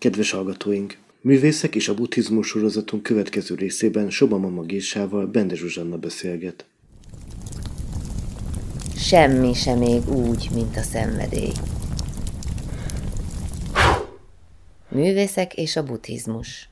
Kedves hallgatóink! Művészek és a buddhizmus sorozatunk következő részében Soba Mama Gésával Bende Zsuzsanna beszélget. Semmi sem még úgy, mint a szenvedély. Művészek és a buddhizmus.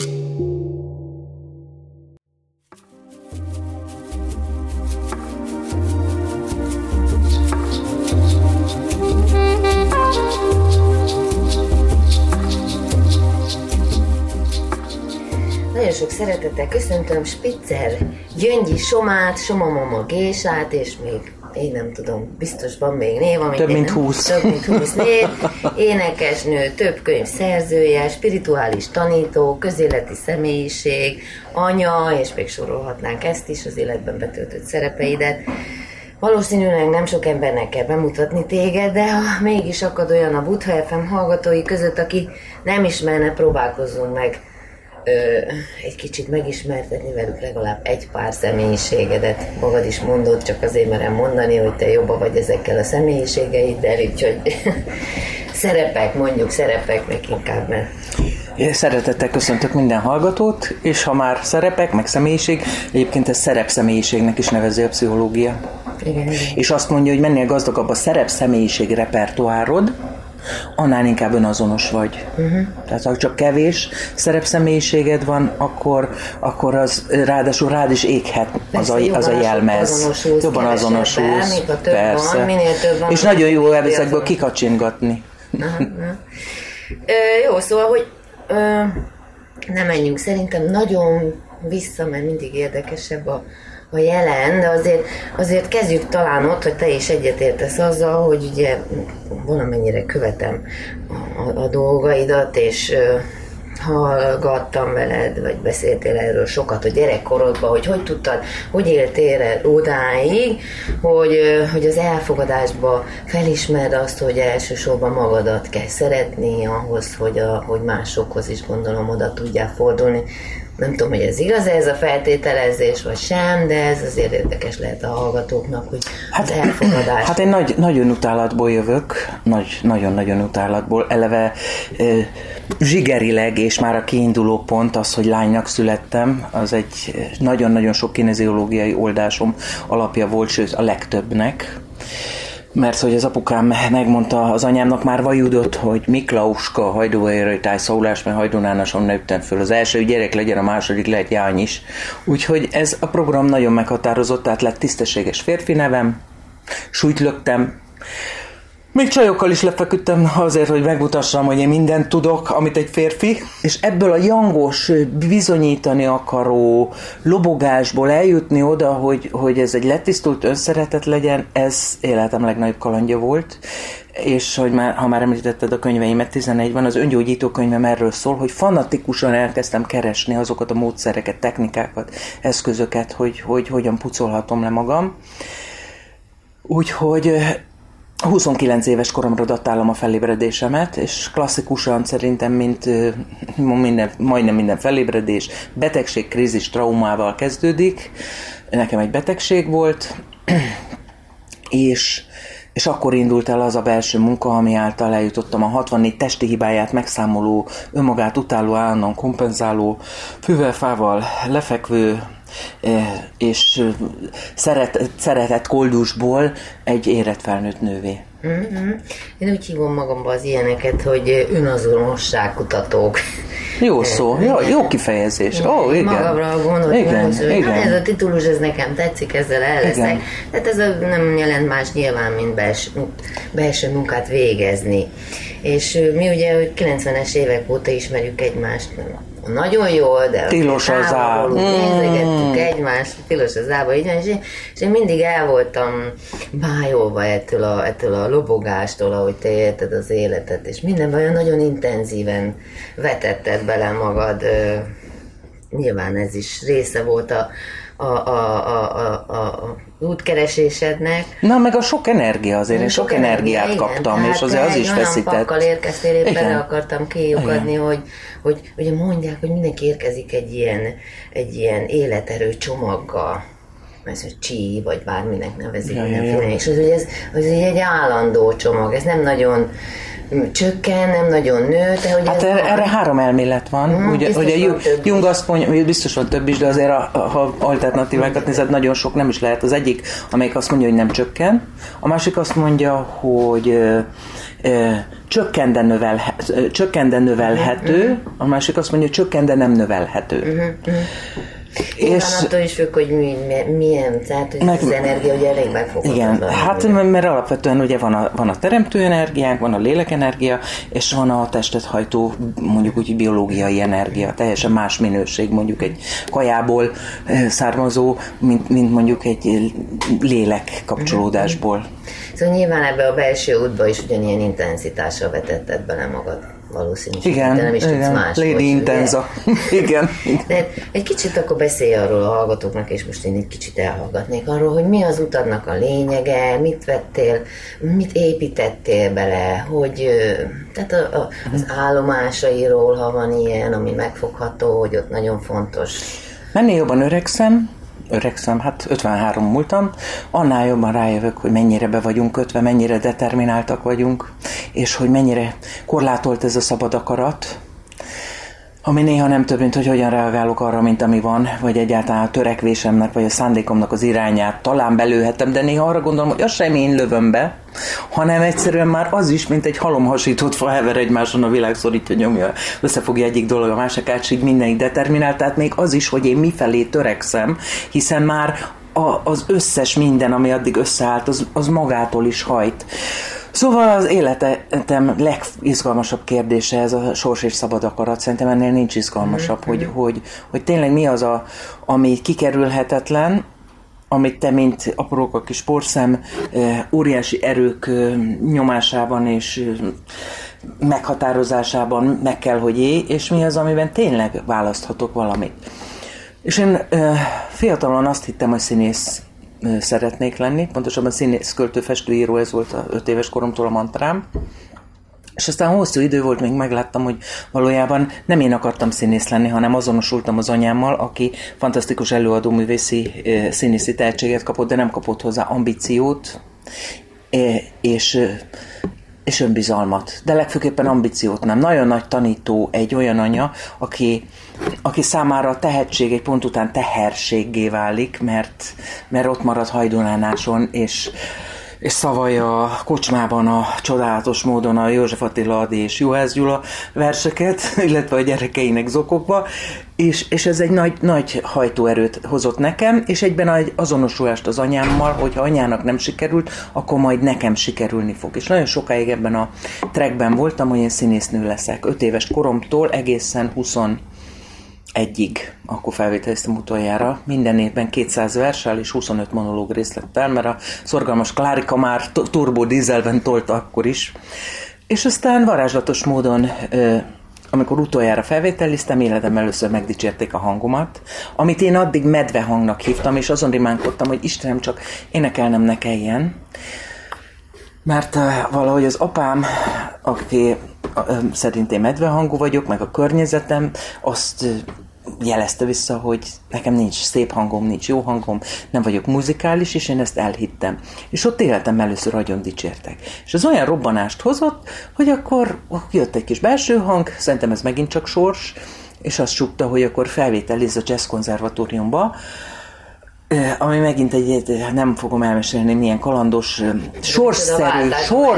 Nagyon sok szeretettel köszöntöm Spitzer Gyöngyi Somát, Soma Mama Gésát, és még én nem tudom, biztos van még név, amit több mint 20 név, énekesnő, több könyv szerzője, spirituális tanító, közéleti személyiség, anya, és még sorolhatnánk ezt is, az életben betöltött szerepeidet. Valószínűleg nem sok embernek kell bemutatni téged, de ha mégis akad olyan a Buddha FM hallgatói között, aki nem ismerne, próbálkozzunk meg egy kicsit megismertetni velük legalább egy pár személyiségedet. Magad is mondod, csak azért merem mondani, hogy te jobban vagy ezekkel a személyiségeiddel, úgyhogy szerepek meg inkább, mert... Szeretettel köszöntök minden hallgatót, és ha már szerepek, meg személyiség, egyébként ez szerepszemélyiségnek is nevezi a pszichológia. Igen. És azt mondja, hogy mennél gazdagabb a szerepszemélyiség repertoárod, annál inkább önazonos vagy. Tehát ha csak kevés szerepszemélyiséged van, akkor az ráadásul rád is éghet az a jelmez. Jobban azonosulsz. Persze. Van, minél több van. És nagyon jó ezekből kikacsingatni. Jó, szóval, hogy nem menjünk szerintem nagyon vissza, mert mindig érdekesebb a jelen, de azért kezdjük talán ott, hogy te is egyetértesz azzal, hogy ugye valamennyire követem a dolgaidat, és hallgattam veled, vagy beszéltél erről sokat a gyerekkorodban, hogy tudtad, hogy éltél el odáig, hogy az elfogadásba felismerd azt, hogy elsősorban magadat kell szeretni ahhoz, hogy másokhoz is gondolom oda tudjál fordulni. Nem tudom, hogy ez igaz, ez a feltételezés, vagy sem, de ez azért érdekes lehet a hallgatóknak, hogy az elfogadás. Hát én nagyon utálatból jövök, nagyon-nagyon utálatból. Eleve zsigerileg, és már a kiinduló pont az, hogy lánynak születtem, az egy nagyon-nagyon sok kineziológiai oldásom alapja volt, sőt a legtöbbnek. Mert hogy az apukám megmondta az anyámnak már vajudott, hogy Miklauska, hajdóvajrajtáj szólás, mert hajdonánason nőttem föl. Az első gyerek legyen, a második lehet jány is. Úgyhogy ez a program nagyon meghatározott, tehát lett tisztességes férfi nevem, súlyt löktem. Még csajokkal is lefeküdtem azért, hogy megmutassam, hogy én mindent tudok, amit egy férfi. És ebből a jangos, bizonyítani akaró lobogásból eljutni oda, hogy ez egy letisztult önszeretet legyen, ez életem legnagyobb kalandja volt. És hogy ha már említetted a könyveimet, 11 van, az öngyógyító könyvem erről szól, hogy fanatikusan elkezdtem keresni azokat a módszereket, technikákat, eszközöket, hogy hogyan pucolhatom le magam. Úgyhogy 29 éves koromra datálom a felébredésemet, és klasszikusan szerintem, mint majdnem minden felébredés, betegség, krízis, traumával kezdődik. Nekem egy betegség volt, és akkor indult el az a belső munka, ami által eljutottam a 64 testi hibáját megszámoló, önmagát utáló, állandóan kompenzáló, fűvel, fával lefekvő, és szeretett koldusból egy érett felnőtt nővé. Én úgy hívom magamba az ilyeneket, hogy önazonosságkutatók. Jó szó, jó kifejezés. Igen. Magamra gondoltam, hogy ez a titulus, ez nekem tetszik, ezzel el leszek. Tehát ez nem jelent más nyilván, mint belső munkát végezni. És mi ugye 90-es évek óta ismerjük egymást, nagyon jól, de tilos az áll. Nézegettük egymást, tilos az áll, és én mindig el voltam bájolva ettől a lobogástól, ahogy te élted az életet, és mindenben olyan nagyon intenzíven vetetted bele magad. Nyilván ez is része volt a útkeresésednek. Na, meg a sok energia azért, én sok energiát kaptam, és azért az is feszített. Olyan pakkal érkeztél, éppen akartam kiukadni, hogy mondják, hogy mindenki érkezik egy ilyen életerő csomaggal. ez a csí, vagy bárminek nevezik mindenféle, és az egy állandó csomag, ez nem nagyon csökken, nem nagyon nő. Hát erre 3 elmélet van. Ugye Jung azt mondja, biztos van több is, de azért ha alternatívákat nézed, nagyon sok nem is lehet. Az egyik, amelyik azt mondja, hogy nem csökken, a másik azt mondja, hogy csökken, de növelhető, a másik azt mondja, hogy csökken, de nem növelhető. És attól is függ, hogy milyen, tehát hogy az energia ugye elég megfogható. Igen, hát mert alapvetően ugye van a teremtő energiánk, van a lélekenergia, és van a testet hajtó, mondjuk úgy biológiai energia, teljesen más minőség, mondjuk egy kajából származó, mint mondjuk egy lélek kapcsolódásból. Szóval nyilván ebbe a belső útba is ugyanilyen intenzitással vetetted bele magad. Valószínűleg, igen, nem is tudsz máshogy. Lady Intenza. Igen. De egy kicsit akkor beszélj arról a hallgatóknak, és most én egy kicsit elhallgatnék arról, hogy mi az utadnak a lényege, mit vettél, mit építettél bele, hogy tehát az állomásairól, ha van ilyen, ami megfogható, hogy ott nagyon fontos. Mennél jobban öregszem, hát 53 múltam, annál jobban rájövök, hogy mennyire be vagyunk kötve, mennyire determináltak vagyunk, és hogy mennyire korlátolt ez a szabad akarat, ami néha nem több, mint hogy hogyan reagálok arra, mint ami van, vagy egyáltalán a törekvésemnek, vagy a szándékomnak az irányát talán belőhetem, de néha arra gondolom, hogy az sem én lövöm be, hanem egyszerűen már az is, mint egy halomhasított fa hever egymáson, a világ szorítja, nyomja, összefogja egyik dolog a másikát, így mindenik determinál, tehát még az is, hogy én mifelé törekszem, hiszen már az összes minden, ami addig összeállt, az magától is hajt. Szóval az életem legizgalmasabb kérdése ez a sors és szabad akarat. Szerintem ennél nincs izgalmasabb, hogy tényleg mi az, ami kikerülhetetlen, amit te, mint apróka kis porszem, óriási erők nyomásában és meghatározásában meg kell, hogy élj, és mi az, amiben tényleg választhatok valamit. És én fiatalon azt hittem, hogy színész szeretnék lenni, pontosabban színész, költő, festőíró, ez volt a 5 éves koromtól a mantrám. És aztán hosszú idő volt, még megláttam, hogy valójában nem én akartam színész lenni, hanem azonosultam az anyámmal, aki fantasztikus előadó művészi színészi tehetséget kapott, de nem kapott hozzá ambíciót és önbizalmat. De legfőképpen ambíciót nem. Nagyon nagy tanító egy olyan anya, aki számára a tehetség egy pont után teherséggé válik, mert ott marad Hajdunánáson, és szavalja a kocsmában a csodálatos módon a József Attila Ady és Juhász Gyula verseket, illetve a gyerekeinek zokogva, és ez egy nagy hajtóerőt hozott nekem, és egyben egy azonosulást az anyámmal, hogyha anyának nem sikerült, akkor majd nekem sikerülni fog. És nagyon sokáig ebben a trackben voltam, hogy én színésznő leszek. 5 éves koromtól egészen 21-ig, akkor felvételiztem utoljára, minden évben 200 verssel és 25 monológ részlettel, mert a szorgalmas Klárika már turbo dízelben tolta akkor is. És aztán varázslatos módon, amikor utoljára felvételiztem, életem először megdicsérték a hangomat, amit én addig medve hangnak hívtam, és azon rimánkodtam, hogy Istenem, csak énekelnem ne kelljen. Mert valahogy az apám, aki szerint én medvehangú vagyok, meg a környezetem, azt jelezte vissza, hogy nekem nincs szép hangom, nincs jó hangom, nem vagyok muzikális, és én ezt elhittem. És ott életem először nagyon dicsértek. És az olyan robbanást hozott, hogy akkor jött egy kis belső hang, szerintem ez megint csak sors, és azt súgta, hogy akkor felvételiz a Jazz Konzervatóriumba, ami megint nem fogom elmesélni, milyen kalandos, sorsszerű.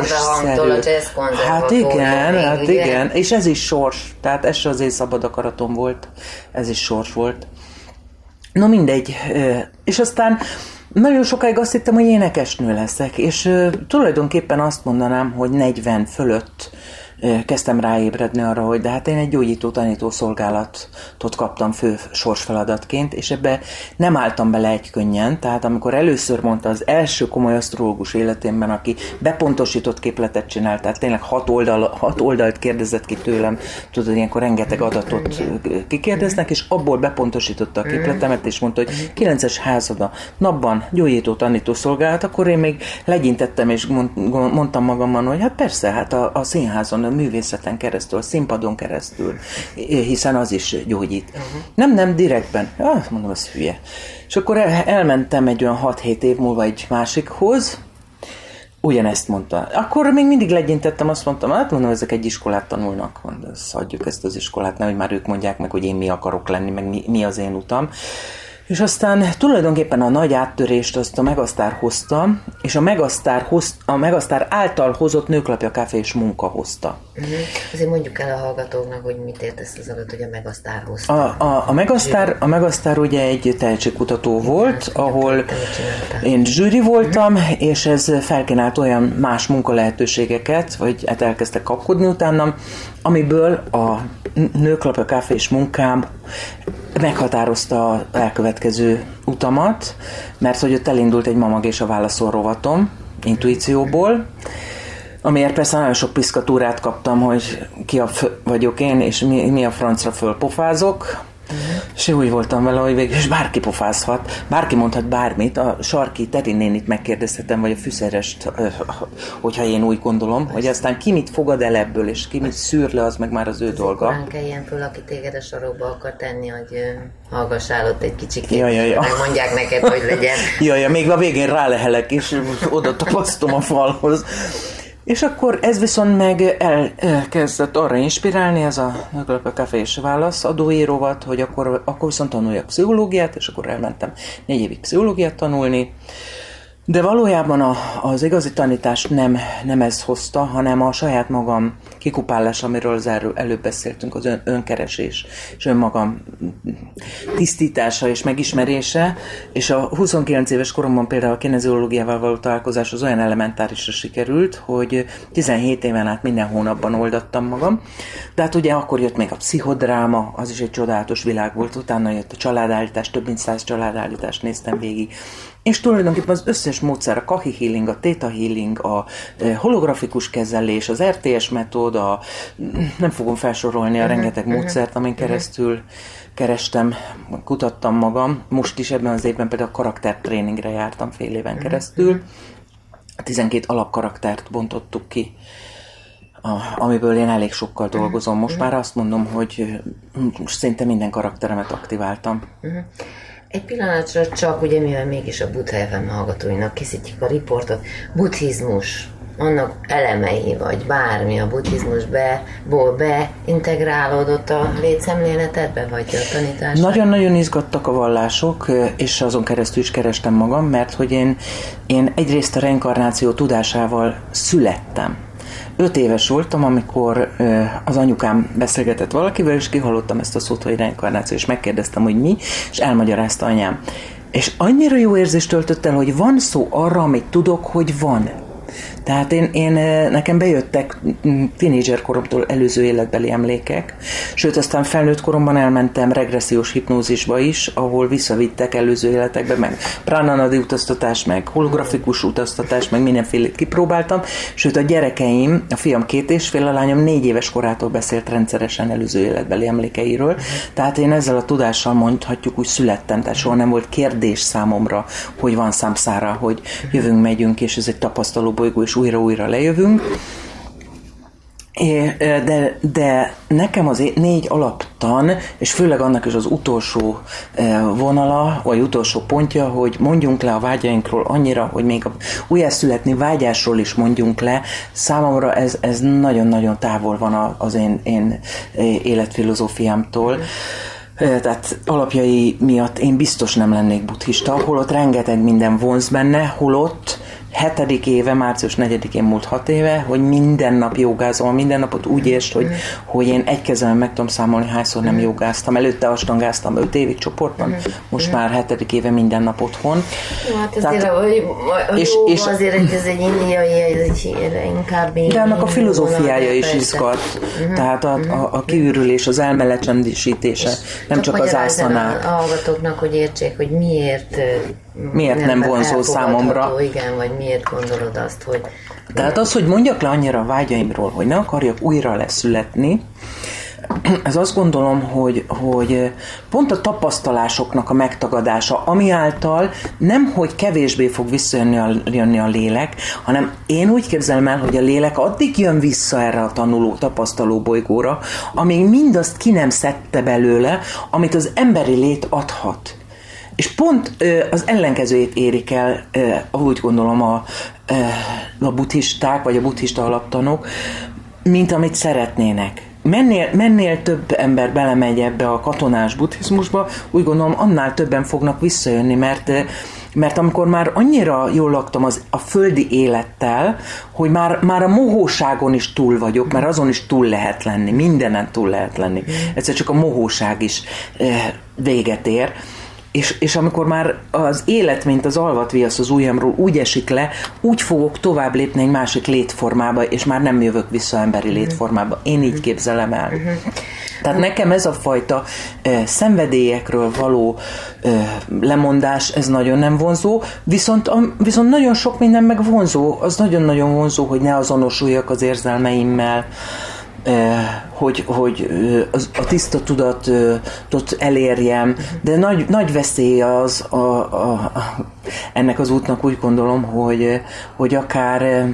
Hát igen, és ez is sors, tehát ez se az én szabad akaratom volt, ez is sors volt. No mindegy, és aztán nagyon sokáig azt hittem, hogy énekesnő leszek, és tulajdonképpen azt mondanám, hogy 40 fölött kezdtem ráébredni arra, hogy de hát én egy gyógyító tanító szolgálatot kaptam fő sorsfeladatként, és ebbe nem álltam bele egykönnyen, tehát amikor először mondta az első komoly asztrológus életemben, aki bepontosított képletet csinált, tehát tényleg 6 oldalt kérdezett ki tőlem, tudod, ilyenkor rengeteg adatot kikérdeznek, és abból bepontosította a képletemet, és mondta, hogy 9-es házada, napban gyógyító tanító szolgálat, akkor én még legyintettem, és mondtam magamban, hogy hát persze, hát a színházon művészeten keresztül, a színpadon keresztül, hiszen az is gyógyít. Nem, direktben. Mondom, ez hülye. És akkor elmentem egy olyan 6-7 év múlva egy másikhoz, ugyanezt mondta. Akkor még mindig legyintettem, azt mondtam, mondom, ezek egy iskolát tanulnak, adjuk ezt az iskolát, nehogy már ők mondják meg, hogy én mi akarok lenni, meg mi az én utam. És aztán tulajdonképpen a nagy áttörést azt a Megasztár hozta, és a Megasztár által hozott Nőklapja Café és munka hozta. Azért mondjuk el a hallgatóknak, hogy mit értesz az alatt, hogy a Megasztár hozta. A Megasztár ugye egy tehetségkutató volt, ahol én zsűri voltam, és ez felkínált olyan más munkalehetőségeket, vagy hát elkezdtek kapkodni utánam, amiből a Nőklapja Café és munkám meghatározta az elkövetkező utamat, mert hogy ott elindult egy Mamag és a válaszol rovatom, intuícióból, amiért persze nagyon sok piszkatúrát kaptam, hogy ki vagyok én, és mi a francra fölpofázok, és úgy voltam vele, hogy végül is bárki pofázhat, bárki mondhat bármit, a Sarki Teri nénit megkérdezhetem, vagy a Fűszerest, hogyha én úgy gondolom, hogy aztán ki mit fogad el ebből, és ki mit szűr le, az meg már az ő dolga. Korán kelljen föl, aki téged a sarokba akar tenni, hogy hallgassál ott egy kicsikét, megmondják neked, hogy legyen. Még a végén rálehelek, és oda tapasztom a falhoz. És akkor ez viszont meg elkezdett arra inspirálni, ez a Nőklapja Café és válasz adói rovat, hogy akkor viszont tanuljak pszichológiát, és akkor elmentem 4 évig pszichológiát tanulni. De valójában az igazi tanítást nem ez hozta, hanem a saját magam kikupálás, amiről az előbb beszéltünk, az önkeresés, és önmagam tisztítása és megismerése, és a 29 éves koromban például a kineziológiával való találkozás az olyan elementárisra sikerült, hogy 17 éven át minden hónapban oldattam magam, de hát ugye akkor jött még a pszichodráma, az is egy csodálatos világ volt, utána jött a családállítás, több mint 100 családállítást néztem végig, és tulajdonképpen az összes módszer, a Kahi Healing, a Theta Healing, a holografikus kezelés, az RTS metód, nem fogom felsorolni a rengeteg módszert, amin keresztül kerestem, kutattam magam. Most is ebben az évben például a karaktertréningre jártam fél éven keresztül. 12 alapkaraktert bontottuk ki, amiből én elég sokkal dolgozom. Most már azt mondom, hogy szinte minden karakteremet aktiváltam. Egy pillanatra csak, ugye mivel mégis a Buddha FM hallgatóinak készítjük a riportot, buddhizmus, annak elemei, vagy bármi a buddhizmusból beintegrálódott a létszemléletedbe, vagy a tanításba? Nagyon-nagyon izgattak a vallások, és azon keresztül is kerestem magam, mert hogy én egyrészt a reinkarnáció tudásával születtem. 5 éves voltam, amikor az anyukám beszélgetett valakivel, és kihallottam ezt a szót, hogy reinkarnáció, és megkérdeztem, hogy mi, és elmagyarázta anyám. És annyira jó érzést töltött el, hogy van szó arra, amit tudok, hogy van. Tehát nekem bejöttek tínédzser koromtól előző életbeli emlékek, sőt aztán felnőtt koromban elmentem regressziós hipnózisba is, ahol visszavittek előző életekbe, meg pránanadi utaztatás, meg holografikus utaztatás, meg mindenfélét kipróbáltam, sőt a gyerekeim, a fiam 2,5, a lányom 4 éves korától beszélt rendszeresen előző életbeli emlékeiről, tehát én ezzel a tudással mondhatjuk úgy születtem, tehát soha nem volt kérdés számomra, hogy van számszára, hogy jövünk, megyünk, és ez egy tapasztaló bolygó, és újra-újra lejövünk. De nekem az 4 alaptan, és főleg annak is az utolsó vonala, vagy utolsó pontja, hogy mondjunk le a vágyainkról annyira, hogy még a újjászületni vágyásról is mondjunk le, számomra ez nagyon-nagyon távol van az én életfilozófiámtól. Tehát alapjai miatt én biztos nem lennék buddhista, holott rengeteg minden vonz benne, holott 7. éve, március 4-én múlt 6 éve, hogy minden nap jogázom, minden napot úgy értsd, hogy én egy kezemben meg tudom számolni, hányszor nem jogáztam. Előtte astangáztam 5 évig csoportban, most már 7. éve minden nap otthon. Jó, hát azért azért ez egy indiai, ez egy inkább... De annak a filozófiája is izgat. Tehát a kiürülés, az elmelecsendisítése, nem csak az ászanák. A hallgatóknak, hogy értsék, hogy miért nem vonzó számomra. Igen, vagy miért gondolod azt, hogy... Tehát az, hogy mondjak le annyira a vágyaimról, hogy ne akarjak újra leszületni, ez azt gondolom, hogy pont a tapasztalásoknak a megtagadása, ami által nem, hogy kevésbé fog visszajönni a lélek, hanem én úgy képzelem el, hogy a lélek addig jön vissza erre a tanuló, tapasztaló bolygóra, amíg mindazt ki nem szedte belőle, amit az emberi lét adhat. És pont az ellenkezőjét érik el, úgy gondolom a buddhisták, vagy a buddhista alaptanok, mint amit szeretnének. Mennél több ember belemegy ebbe a katonás buddhizmusba, úgy gondolom, annál többen fognak visszajönni, mert amikor már annyira jól laktam a földi élettel, hogy már a mohóságon is túl vagyok, mert azon is túl lehet lenni, mindenen túl lehet lenni. Egyszer csak a mohóság is véget ér. És amikor már az élet, mint az alvatviasz az ujjamról úgy esik le, úgy fogok tovább lépni egy másik létformába, és már nem jövök vissza emberi létformába. Én így képzelem el. Tehát nekem ez a fajta szenvedélyekről való lemondás, ez nagyon nem vonzó, viszont nagyon sok minden meg vonzó, az nagyon-nagyon vonzó, hogy ne azonosuljak az érzelmeimmel, hogy a tiszta tudatot elérjem, de nagy veszély az ennek az útnak, úgy gondolom, hogy akár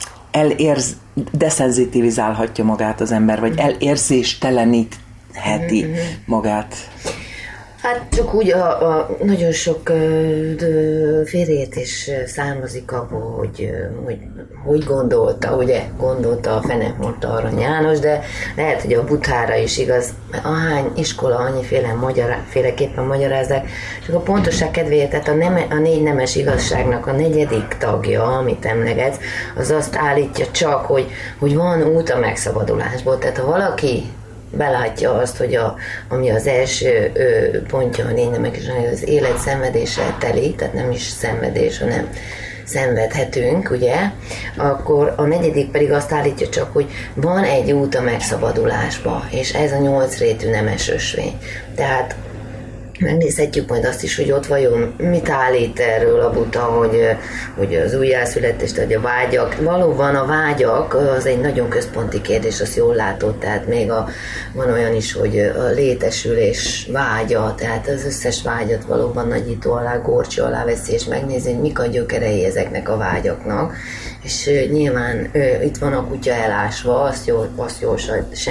deszenzitivizálhatja magát az ember, vagy elérzéstelenítheti magát. Hát csak úgy nagyon sok félreértés származik abból, hogy gondolta a fene, mondta Arany János, de lehet, hogy a Buddhára is igaz, ahány iskola annyiféleképpen magyarázzák, csak a pontosság kedvéért, tehát a 4 nemes igazságnak a 4. tagja, amit emlegetsz, az azt állítja csak, hogy van út a megszabadulásból, tehát ha valaki belátja azt, hogy ami az első pontja a 4 nemek is, az élet szenvedéssel telik, tehát nem is szenvedés, hanem szenvedhetünk, ugye, akkor a 4. pedig azt állítja csak, hogy van egy út a megszabadulásba, és ez a 8 rétű nemes ösvény. Tehát megnézhetjük majd azt is, hogy ott vajon mit állít erről a Buddha, hogy az újjászületést, hogy a vágyak. Valóban a vágyak az egy nagyon központi kérdés, azt jól látod, tehát még van olyan is, hogy a létesülés vágya, tehát az összes vágyat valóban nagyító alá, górcső alá veszi, és megnézi, hogy mik a gyökerei ezeknek a vágyaknak. És nyilván itt van a kutya elásva, azt jól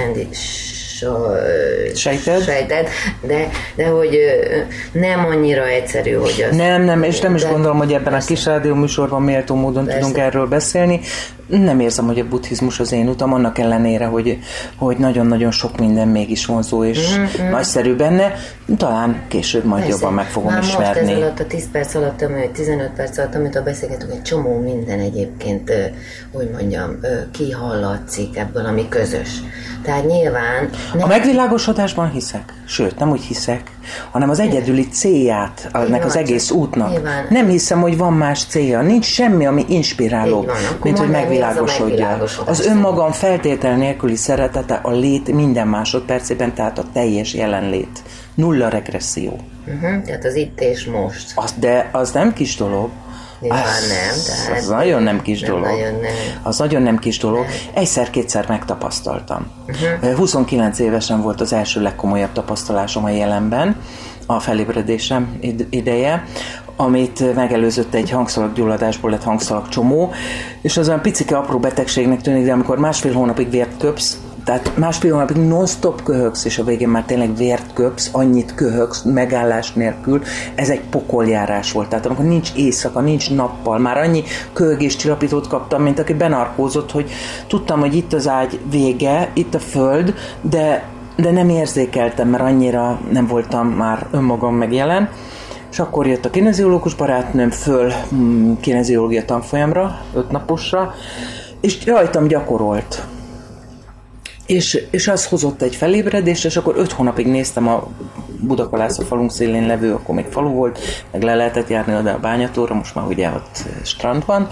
sejted, de hogy nem annyira egyszerű, hogy az... Nem, és nem is gondolom, hogy ebben a kis rádióműsorban méltó módon tudunk erről beszélni. Nem érzem, hogy a buddhizmus az én utam, annak ellenére, hogy nagyon-nagyon sok minden mégis vonzó és nagyszerű benne. Talán később majd jobban meg fogom ismerni. Most ez alatt a 10 perc alatt, vagy 15 perc alatt, amit beszélgetünk, egy csomó minden egyébként, hogy mondjam, kihallatszik ebből, ami közös. Tehát nyilván... A megvilágosodásban hiszek. Sőt, nem úgy hiszek, hanem az egyedüli célját ennek az egész útnak. Nyilván. Nem hiszem, hogy van más célja. Nincs semmi, ami inspiráló, mint hogy megvilágosodja. Az önmagam feltétel nélküli szeretete a lét minden másodpercében, tehát a teljes jelenlét. Nulla regresszió. Tehát az itt és most. De az nem kis dolog. Az nagyon nem kis dolog. Az nagyon nem kis dolog. Egyszer-kétszer megtapasztaltam. 29 évesen volt az első legkomolyabb tapasztalásom a jelenben, a felébredésem ideje, amit megelőzött egy hangszalaggyulladásból lett hangszalagcsomó, és az olyan picike apró betegségnek tűnik, de amikor 1,5 hónapig vért köpsz, tehát 1,5 hónapig non-stop köhögsz, és a végén már tényleg vért köpsz, annyit köhögsz, megállás nélkül, ez egy pokoljárás volt. Tehát amikor nincs éjszaka, nincs nappal, már annyi köhögéscsillapítót kaptam, mint aki benarkózott, hogy tudtam, hogy itt az ágy vége, itt a föld, de nem érzékeltem, mert annyira nem voltam már önmagam meg jelen. És akkor jött a kineziológus barátnőm föl kineziológia tanfolyamra, 5 naposra, és rajtam gyakorolt. És az hozott egy felébredést, és akkor 5 hónapig néztem a Budakalász, a falunk szélén levő, akkor még falu volt, meg le lehetett járni oda a Bányatóra, most már ugye ott strand van.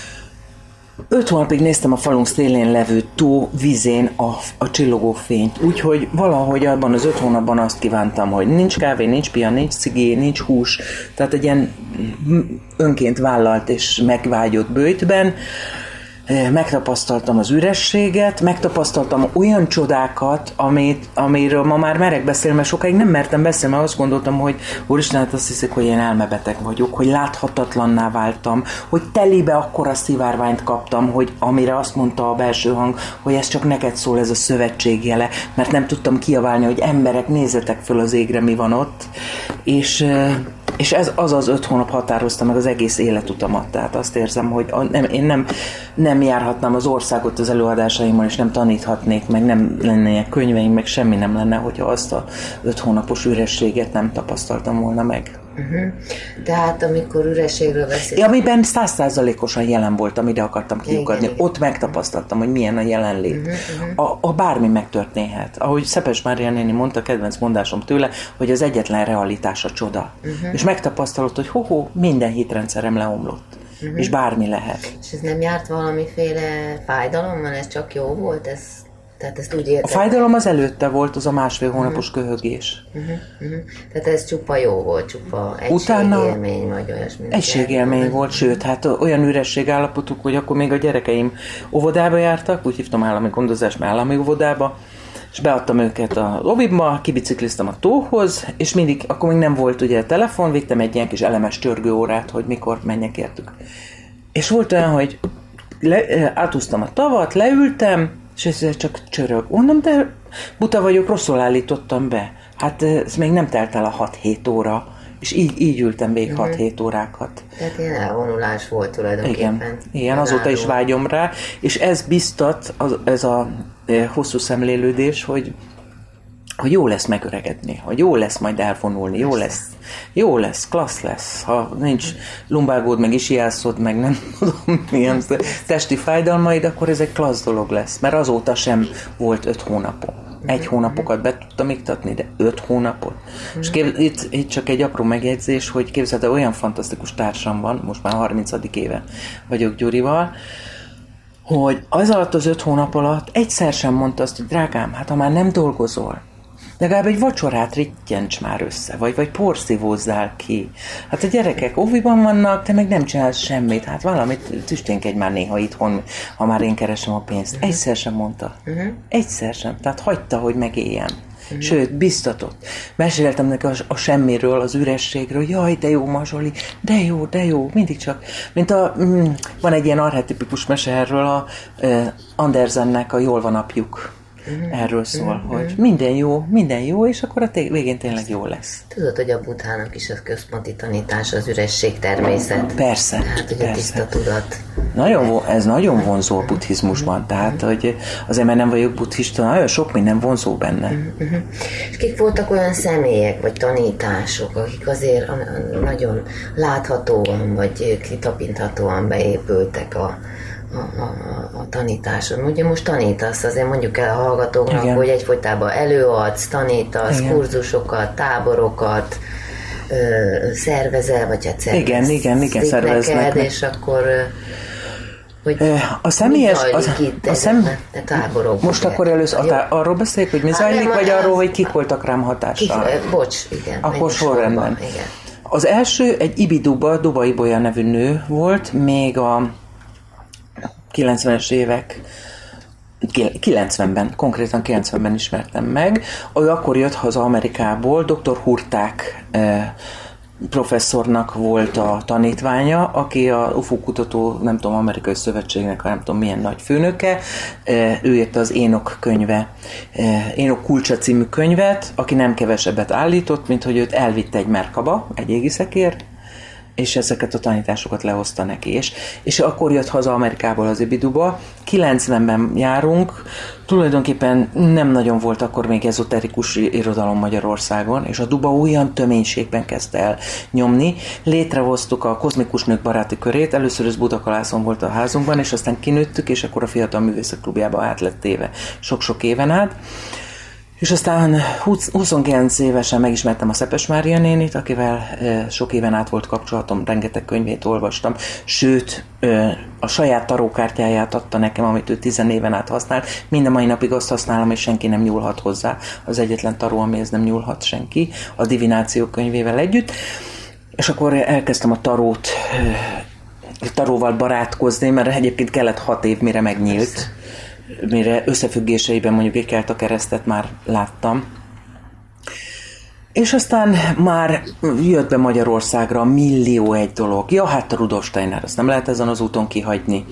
5 hónapig néztem a falunk szélén levő tó vízén a csillogó fényt, úgyhogy valahogy abban az 5 hónapban azt kívántam, hogy nincs kávé, nincs pia, nincs cigé, nincs hús, tehát egy ilyen önként vállalt és megvágyott bőjtben, megtapasztaltam az ürességet, megtapasztaltam olyan csodákat, amiről ma már merek beszélni, mert sokáig nem mertem beszélni, mert azt gondoltam, hogy úristen, hát azt hiszik, hogy én elmebeteg vagyok, hogy láthatatlanná váltam, hogy telibe akkora szivárványt kaptam, hogy amire azt mondta a belső hang, hogy ez csak neked szól, ez a szövetségjele, mert nem tudtam kiabálni, hogy emberek, nézzetek föl az égre, mi van ott, és ez az 5 hónap határozta meg az egész életutamat. Tehát azt érzem, hogy én nem járhatnám az országot az előadásaimmal, és nem taníthatnék, meg nem lennének könyveim, meg semmi nem lenne, hogyha azt a 5 hónapos ürességet nem tapasztaltam volna meg. Tehát amikor ürességről beszélünk... Amiben 100%-osan jelen voltam, ide akartam kiukadni. Ott megtapasztaltam, hogy milyen a jelenlét. A bármi megtörténhet. Ahogy Szepes Mária néni mondta, kedvenc mondásom tőle, hogy az egyetlen realitás a csoda. És megtapasztalod, hogy minden hitrendszerem leomlott. És bármi lehet. És ez nem járt valamiféle fájdalommal? Ez csak jó volt? Tehát ezt úgy érted? A fájdalom az előtte volt, az a 1,5 hónapos köhögés. Tehát ez csupa jó volt, csupa egységélmény, vagy olyasmi. Egységélmény volt, sőt, hát olyan ürességállapotuk, hogy akkor még a gyerekeim óvodába jártak, úgy hívtam állami gondozás, mert állami óvodába, és beadtam őket az óviba, kibicikliztem a tóhoz, és mindig, akkor még nem volt ugye telefon, vittem egy ilyen kis elemes törgőórát, hogy mikor menjek értük. És volt olyan, hogy átúztam a tavat, leültem, és ez csak csörög. Mondom, de buta vagyok, rosszul állítottam be. Hát ez még nem telt el a 6-7 óra, és így ültem végig 6-7 órákat. Tehát ilyen elvonulás volt tulajdonképpen. Igen, azóta is vágyom rá, és ez biztat, ez a hosszú szemlélődés, hogy jó lesz megöregedni, hogy jó lesz majd elvonulni, jó lesz, klassz lesz. Ha nincs lumbágód, meg isiászod, meg nem tudom milyen testi fájdalmaid, akkor ez egy klassz dolog lesz, mert azóta sem volt 5 hónapom. 1 hónapokat be tudtam iktatni, de 5 hónapot. És itt csak egy apró megjegyzés, hogy képzeld, olyan fantasztikus társam van, most már 30. éve vagyok Gyurival, hogy az alatt az 5 hónap alatt egyszer sem mondta azt, hogy drágám, hát ha már nem dolgozol, legalább egy vacsorát rittyents már össze, vagy porszívózzál ki. Hát a gyerekek óviban vannak, te meg nem csinálsz semmit, hát valamit tüsténkedj már néha itthon, ha már én keresem a pénzt. Egyszer sem mondta. Egyszer sem. Tehát hagyta, hogy megéljen. Sőt, biztatott. Meséltem neki a semmiről, az ürességről, jaj, de jó, Mazsoli, de jó, mindig csak. Van egy ilyen archetipikus mese erről, a Andersennek a Jól van apjuk. Erről szól, hogy minden jó, és akkor a végén tényleg jó lesz. Tudod, hogy a Buddhának is a központi tanítás az üresség természet. Persze. Tehát, hogy a tiszta tudat. Ez nagyon vonzó a buddhizmusban, tehát, hogy azért, mert nem vagyok buddhista, nagyon sok minden vonzó benne. És kik voltak olyan személyek, vagy tanítások, akik azért nagyon láthatóan, vagy kitapinthatóan beépültek a tanításon. Ugye most tanítasz, azért mondjuk el a hallgatóknak, igen, hogy egyfolytában előadsz, tanítasz, igen, kurzusokat, táborokat, szervezel, vagy hát szervezik neked, és akkor hogy a személyes táborokban. Most akkor először arról beszéljük, hogy mi zajlik, vagy arról, hogy kik voltak rám hatással? Igen. Akkor sorrendben. Az első egy Ibiduba, Dubai Bolya nevű nő volt, még a 90-es évek, 90-ben, konkrétan 90-ben ismertem meg. Ő akkor jött haza Amerikából, dr. Hurták professzornak volt a tanítványa, aki a UFO kutató, nem tudom, Amerikai Szövetségnek, nem tudom milyen nagy főnöke. Ő írta az Énok könyve, Énok kulcsa című könyvet, aki nem kevesebbet állított, mint hogy őt elvitte egy Merkaba, egy égiszekér, és ezeket a tanításokat lehozta neki. És akkor jött haza Amerikából az Ibiduba. 90-ben járunk, tulajdonképpen nem nagyon volt akkor még ezoterikus irodalom Magyarországon, és a Duba olyan töménységben kezdte el nyomni. Létrehoztuk a Kozmikus Nők baráti körét, először ez Budakalászon volt a házunkban, és aztán kinőttük, és akkor a Fiatal Művészek Klubjába át lett téve sok-sok éven át. És aztán 29 évesen megismertem a Szepes Mária nénit, akivel sok éven át volt kapcsolatom, rengeteg könyvét olvastam, sőt, a saját tarókártyáját adta nekem, amit ő 10 éven át használt. Minden mai napig azt használom, és senki nem nyúlhat hozzá. Az egyetlen taró, amihez nem nyúlhat senki, a Divináció könyvével együtt. És akkor elkezdtem a tarót taróval barátkozni, mert egyébként kellett 6 év, mire megnyílt. Mire összefüggéseiben mondjuk egy Kelta keresztet már láttam. És aztán már jött be Magyarországra millió egy dolog. Ja, hát a Rudolf Steiner, azt nem lehet ezen az úton kihagyni.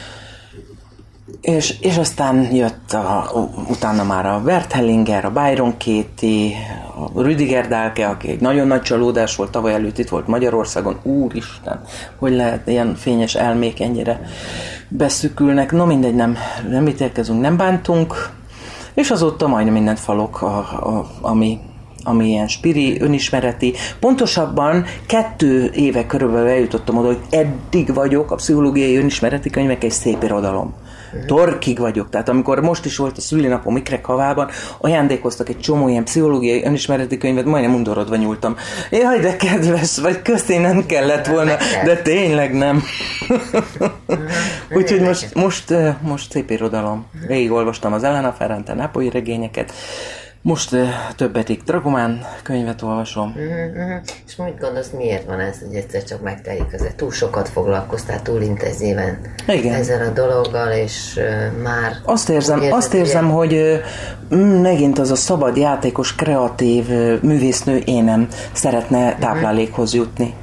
És aztán jött utána már a Bert Hellinger, a Byron Katie, a Rüdiger Dahlke, aki egy nagyon nagy csalódás volt, tavaly előtt itt volt Magyarországon. Úristen, hogy lehet ilyen fényes elmék ennyire beszükülnek. No mindegy, nem ítélkezünk, nem bántunk. És azóta majdnem mindent falok, ami ilyen spiri, önismereti. Pontosabban 2 éve körülbelül eljutottam oda, hogy eddig vagyok a pszichológiai önismereti könyvek egy szép irodalom. Torkig vagyok. Tehát amikor most is volt a szülinapom Ikrek havában, ajándékoztak egy csomó ilyen pszichológiai önismereti könyvet, majdnem undorodva nyúltam. Jaj, de kedves vagy, köszi, nem kellett volna, de tényleg nem. Úgyhogy most szép irodalom. Végigolvastam az Elena Ferrante Nápolyi regényeket, most többedik Dragomán könyvet olvasom. És mit gondolsz, miért van ez, hogy egyszer csak megtelik azért? Túl sokat foglalkoztál, túl intenzíven ezzel a dologgal, és már... Azt érzem, hogy megint az a szabad, játékos, kreatív művésznő énem szeretne táplálékhoz jutni.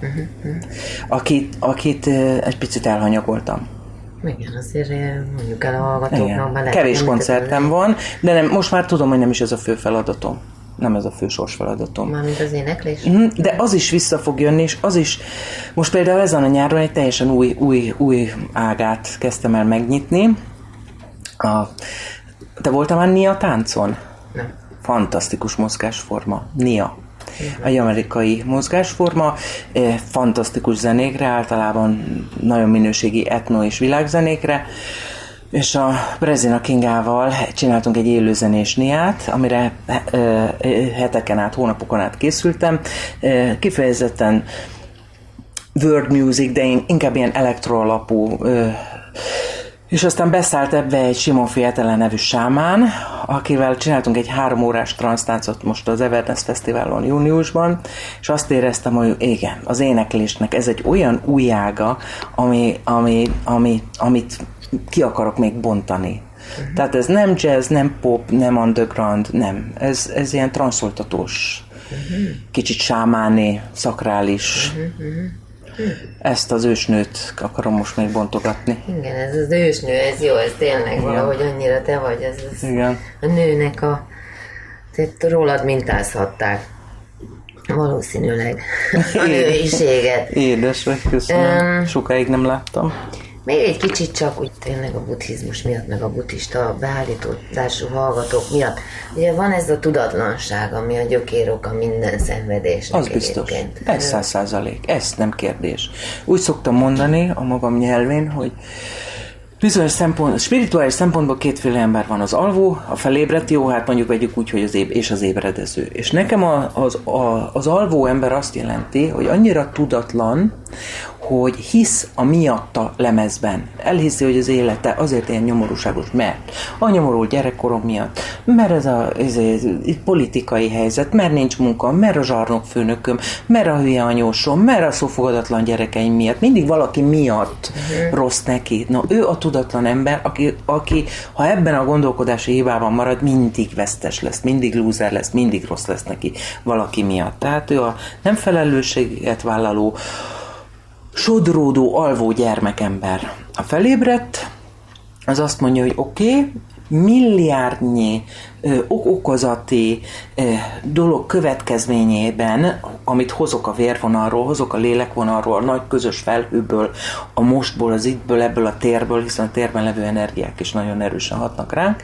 Akit egy picit elhanyagoltam. Igen, azért mondjuk el a hallgatóknak. Kevés koncertem van, de nem, most már tudom, hogy nem is ez a fő feladatom. Nem ez a fő sorsfeladatom. Mármint az éneklés? De az is vissza fog jönni, és az is... Most például ezen a nyáron egy teljesen új ágát kezdtem el megnyitni. Te voltál már Nia táncon? Nem. Fantasztikus mozgásforma. Nia. Egy amerikai mozgásforma, fantasztikus zenékre, általában nagyon minőségi etno és világzenékre, és a Brezina Kingával csináltunk egy élőzenés niát, amire heteken át, hónapokon át készültem, kifejezetten world music, de én inkább ilyen elektroalapú, és aztán beszállt ebbe egy Simon Fietele nevű sámán, akivel csináltunk egy 3 órás transztáncot most az Everness Fesztiválon júniusban, és azt éreztem, hogy igen, az éneklésnek ez egy olyan új ága, amit ki akarok még bontani. Tehát ez nem jazz, nem pop, nem underground, nem. Ez ilyen transzoltatós, kicsit sámáni, szakrális. Ezt az ősnőt akarom most még bontogatni. Igen, ez az ősnő, ez jó, ez tényleg igen. Valahogy annyira te vagy, ez igen. A nőnek tehát rólad mintázhatták. Valószínűleg a nőiséget. Édes vagy, köszönöm. Sokáig nem láttam. Még egy kicsit csak úgy tényleg a buddhizmus miatt, meg a buddhista beállítású hallgatók miatt. Ugye van ez a tudatlanság, ami a gyökéroka minden szenvedésnek. Az biztos. Ez 100%. Ez nem kérdés. Úgy szoktam mondani a magam nyelvén, hogy bizonyos spirituális szempontból 2 ember van, az alvó, a felébredt, jó, hát mondjuk vegyük úgy, hogy az ébredező. És nekem az alvó ember azt jelenti, hogy annyira tudatlan, hogy hisz a miatta lemezben. Elhiszi, hogy az élete azért ilyen nyomorúságos, mert a nyomorult gyerekkorom miatt, mert ez a politikai helyzet, mert nincs munka, mert a zsarnokfőnököm, mert a hülye anyósom, mert a szófogadatlan gyerekeim miatt, mindig valaki miatt rossz neki. Na, ő a tudatlan ember, aki ha ebben a gondolkodási hibában marad, mindig vesztes lesz, mindig lúzer lesz, mindig rossz lesz neki valaki miatt. Tehát ő a nem felelősséget vállaló, sodródó, alvó gyermekember. A felébredt, az azt mondja, hogy oké, milliárdnyi okozati dolog következményében, amit hozok a vérvonalról, hozok a lélekvonalról, a nagy közös felhőből, a mostból, az ittből, ebből a térből, hiszen a térben levő energiák is nagyon erősen hatnak ránk.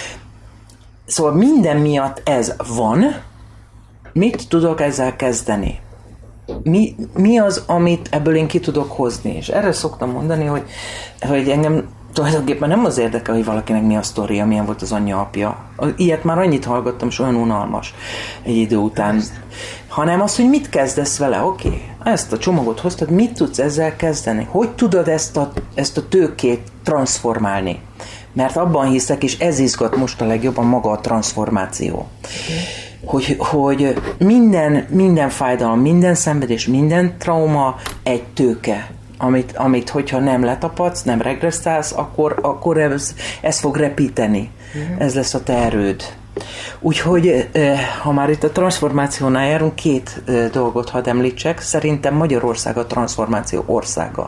Szóval minden miatt ez van. Mit tudok ezzel kezdeni? Mi az, amit ebből én ki tudok hozni? És erre szoktam mondani, hogy engem tulajdonképpen nem az érdekel, hogy valakinek mi a sztoria, milyen volt az anyja, apja. Ilyet már annyit hallgattam, és olyan unalmas egy idő után. Hanem az, hogy mit kezdesz vele, oké? Ezt a csomagot hoztad, mit tudsz ezzel kezdeni? Hogy tudod ezt a tőkét transformálni? Mert abban hiszek, és ez izgat most a legjobban, maga a transformáció. Hogy minden fájdalom, minden szenvedés, minden trauma egy tőke, amit hogyha nem letapadsz, nem regresszálsz, akkor ez fog repíteni. Ez lesz a te erőd. Úgyhogy, ha már itt a transformációnál járunk, két dolgot hadd említsek. Szerintem Magyarország a transformáció országa.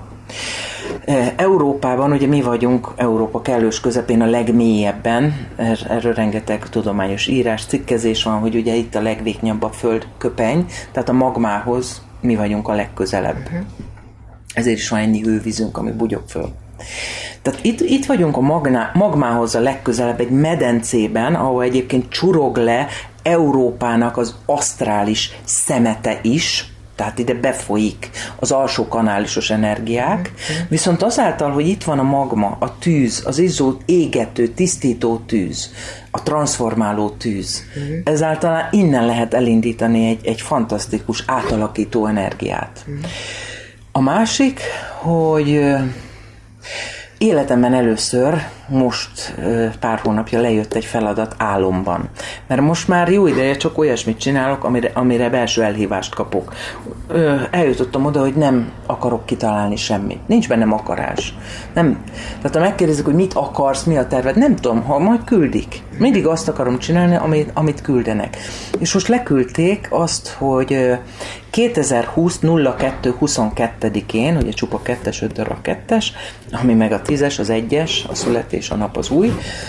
Európában, ugye mi vagyunk Európa kellős közepén a legmélyebben, erről rengeteg tudományos írás, cikkezés van, hogy ugye itt a legvékonyabb a földköpeny, tehát a magmához mi vagyunk a legközelebb. Ezért is van ennyi hővízünk, ami bugyog föl. Tehát itt vagyunk a magmához a legközelebb egy medencében, ahol egyébként csurog le Európának az asztrális szemete is, tehát ide befolyik az alsó kanálisos energiák, viszont azáltal, hogy itt van a magma, a tűz, az izzó, égető, tisztító tűz, a transformáló tűz, ezáltal innen lehet elindítani egy fantasztikus átalakító energiát. A másik, hogy életemben először most pár hónapja lejött egy feladat álomban. Mert most már jó ideje csak olyasmit csinálok, amire belső elhívást kapok. Eljutottam oda, hogy nem akarok kitalálni semmit. Nincs bennem akarás. Nem. Tehát ha megkérdezik, hogy mit akarsz, mi a terved, nem tudom, ha majd küldik. Mindig azt akarom csinálni, amit küldenek. És most leküldték azt, hogy 2020 02-22-én, ugye csupa 2-es, 5 darab 2-es, ami meg a 10-es, az 1-es, a születés, a nap az új.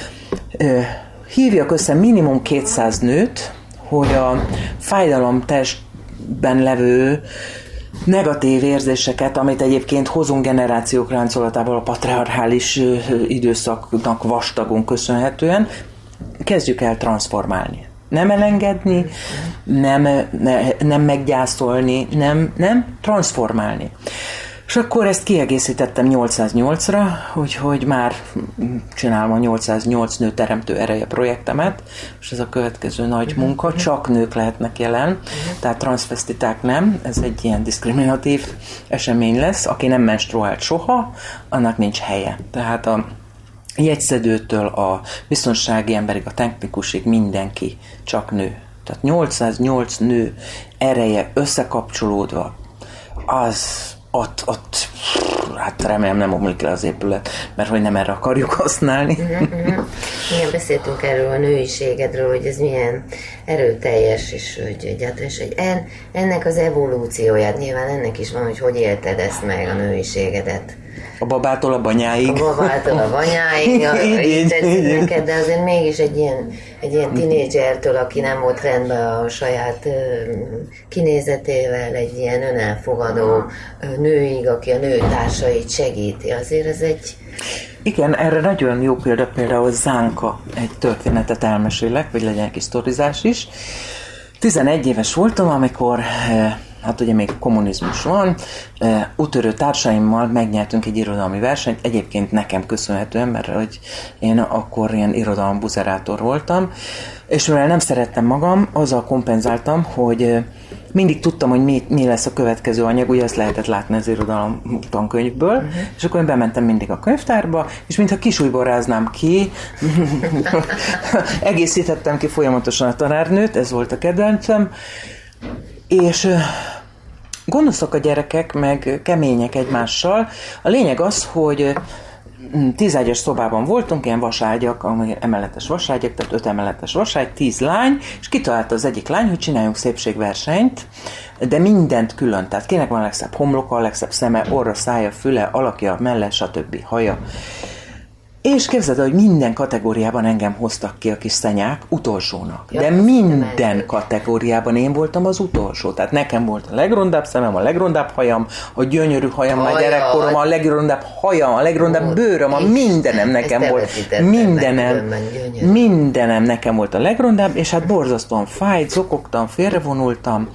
Hívjak össze minimum 200 nőt, hogy a fájdalom testben levő negatív érzéseket, amit egyébként hozunk generációk láncolatából a patriarchális időszaknak vastagon köszönhetően, kezdjük el transformálni. Nem elengedni, nem meggyászolni, nem transformálni. És akkor ezt kiegészítettem 808-ra, hogy már csinálom a 808 nő teremtő ereje projektemet, és ez a következő nagy munka, csak nők lehetnek jelen, tehát transzvesztiták nem, ez egy ilyen diszkriminatív esemény lesz, aki nem menstruált soha, annak nincs helye. Tehát a jegyszedőtől a biztonsági emberig, a technikusig mindenki csak nő. Tehát 808 nő ereje összekapcsolódva, az ott hát remélem nem omlik le az épület, mert hogy nem erre akarjuk használni. Igen, beszéltünk erről a nőiségedről, hogy ez milyen erőteljes, és hogy egyáltalán is, hogy ennek az evolúcióját, nyilván ennek is van, hogy élted ezt meg, a nőiségedet. A babától a banyáig. A babától a banyáig, így tetszik neked, de azért mégis egy ilyen tinédzsertől, aki nem volt rendben a saját kinézetével, egy ilyen önelfogadó nőig, aki a nőtársait segíti. Azért ez egy... Igen, erre nagyon jó példa például Zánka, egy történetet elmesélek, vagy legyen kis sztorizás is. 11 éves voltam, amikor... hát ugye még kommunizmus van, úttörő társaimmal megnyertünk egy irodalmi versenyt, egyébként nekem köszönhetően, mert hogy én akkor ilyen irodalombuzerátor voltam, és mivel nem szerettem magam, azzal kompenzáltam, hogy mindig tudtam, hogy mi lesz a következő anyag, ugye ezt lehetett látni az irodalom tankönyvből, és akkor én bementem mindig a könyvtárba, és mintha kisújboráznám ki, egészítettem ki folyamatosan a tanárnőt, ez volt a kedvencem, és gonoszak a gyerekek, meg kemények egymással. A lényeg az, hogy 10 ágyas szobában voltunk, ilyen vaságyak, emeletes vaságyak, tehát 5 emeletes vaságy, 10 lány, és kitalálta az egyik lány, hogy csináljunk szépségversenyt, de mindent külön, tehát kinek van a legszebb homloka, a legszebb szeme, orra, szája, füle, alakja, melle, stb. Haja. És képzeld, hogy minden kategóriában engem hoztak ki a kis szenyák utolsónak. Ja, de minden kategóriában én voltam az utolsó. Tehát nekem volt a legrondább szemem, a legrondább hajam, a gyönyörű hajam, a gyerekkorom, a legrondább hajam, a legrondább bőröm, a mindenem nekem volt. Mindenem nekem volt a legrondább, és hát borzasztóan fájt, zokogtam, félrevonultam.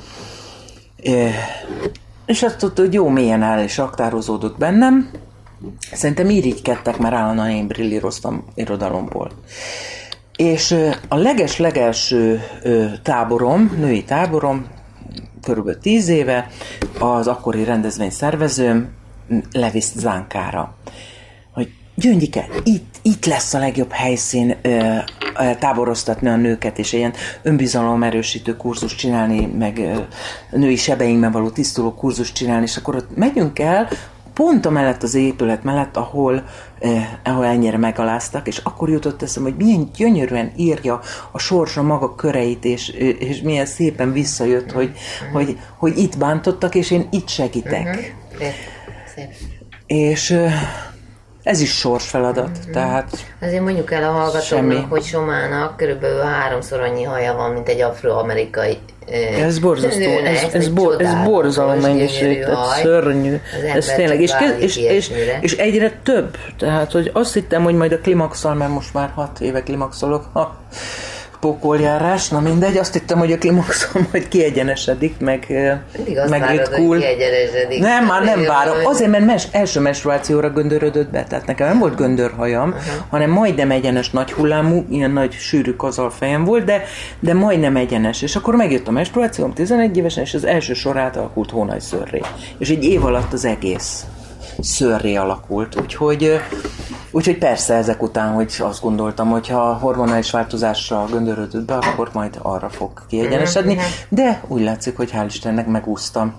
És azt tudta, hogy jó mélyen el és raktározódott bennem. Szerintem irigykedtek, mert állandóan én brillíroztam irodalomból. És a legelső táborom, női táborom, körülbelül 10 éve, az akkori rendezvényszervezőm levisz Zánkára. Hogy Gyöngyike, itt lesz a legjobb helyszín táboroztatni a nőket, és ilyen önbizalomerősítő kurzus csinálni, meg női sebeinkben való tisztuló kurzus csinálni, és akkor ott megyünk el, pont amellett az épület mellett, ahol ennyire megaláztak, és akkor jutott eszembe, hogy milyen gyönyörűen írja a sors a maga köreit, és milyen szépen visszajött, hogy itt bántottak, és én itt segítek. Szép. És ez is sorsfeladat, tehát azért mondjuk el a hallgatóknak, hogy Somának körülbelül 3-szor annyi haja van, mint egy afroamerikai ez borzasztó, ez borzalom mennyiség, tehát szörnyű, ez tényleg, és egyre több, tehát hogy azt hittem, hogy majd a klimaxal, mert most már 6 éve klimaxolok, pókoljárás, na mindegy, azt hittem, hogy a klimaxon majd kiegyenesedik, meg ritkul. Nem, már nem várom. Azért, mert első menstruációra göndörödött be, tehát nekem nem volt göndörhajam, hanem majdnem egyenes nagy hullámú, ilyen nagy sűrű kazalfejem volt, de majdnem egyenes. És akkor megjött a menstruációm 11 évesen, és az első sor átalakult hónajszőrré. És egy év alatt az egész szőrré alakult, úgyhogy persze ezek után, hogy azt gondoltam, hogy ha hormonális változásra göndörödött be, akkor majd arra fog kiegyenesedni, de úgy látszik, hogy hál' Istennek megúsztam.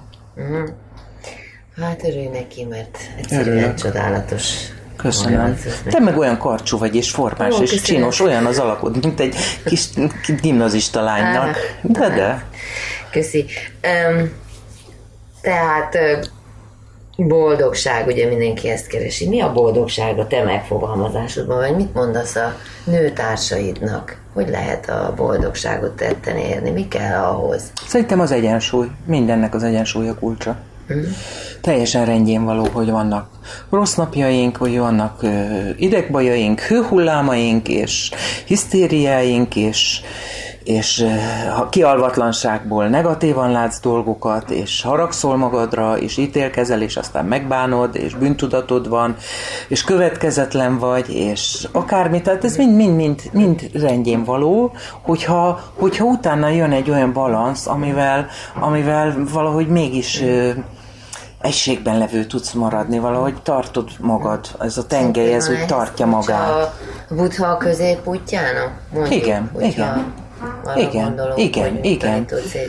Hát örülj neki, mert egyszerűen csodálatos. Köszönöm. Te meg olyan karcsú vagy, és formás, és csinos, olyan az alakod, mint egy kis gimnazista lánynak. De. Köszi. Tehát boldogság, ugye mindenki ezt keresi. Mi a boldogság a te megfogalmazásodban, vagy mit mondasz a nőtársaidnak? Hogy lehet a boldogságot tetten érni? Mi kell ahhoz? Szerintem az egyensúly. Mindennek az egyensúly a kulcsa. Teljesen rendjén való, hogy vannak rossz napjaink, hogy vannak idegbajaink, hőhullámaink, és hisztériáink, és kialvatlanságból negatívan látsz dolgokat, és haragszol magadra, és ítélkezel, és aztán megbánod, és bűntudatod van, és következetlen vagy, és akármi, tehát ez mind rendjén való, hogyha utána jön egy olyan balansz, amivel valahogy mégis egységben levő tudsz maradni, valahogy tartod magad, ez a tengely, ez úgy tartja magát. A Buddha a középútjának? Mondjuk, Igen.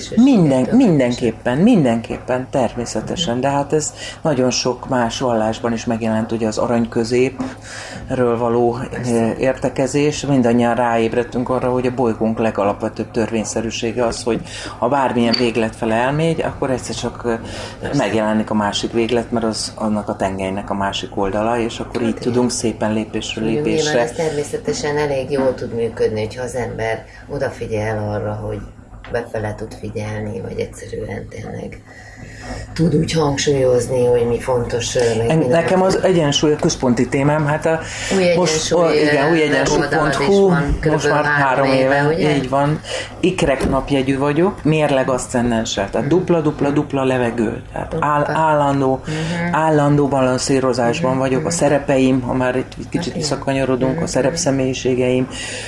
Mindenképpen, természetesen, de hát ez nagyon sok más vallásban is megjelent, ugye az arany középről való értekezés, mindannyian ráébredtünk arra, hogy a bolygónk legalapvetőbb törvényszerűsége az, hogy ha bármilyen véglet fele elmegy, akkor egyszer csak megjelenik a másik véglet, mert az annak a tengelynek a másik oldala, és akkor így tudunk szépen lépésről lépésre. Nyilván ez természetesen elég jól tud működni, hogyha az ember odafigyel arra, hogy befele tud figyelni, vagy egyszerűen tényleg tud úgy hangsúlyozni, hogy mi fontos. Nekem az egyensúly a központi témám, hát a újegyensúly.hu, most már 3 éve, ugye? Így van. Ikrek napjegyű vagyok, mérleg aszcendenssel, tehát dupla levegő, tehát állandó balanszírozásban vagyok, a szerepeim, ha már itt kicsit visszakanyarodunk, a szerepszemélyiségeim,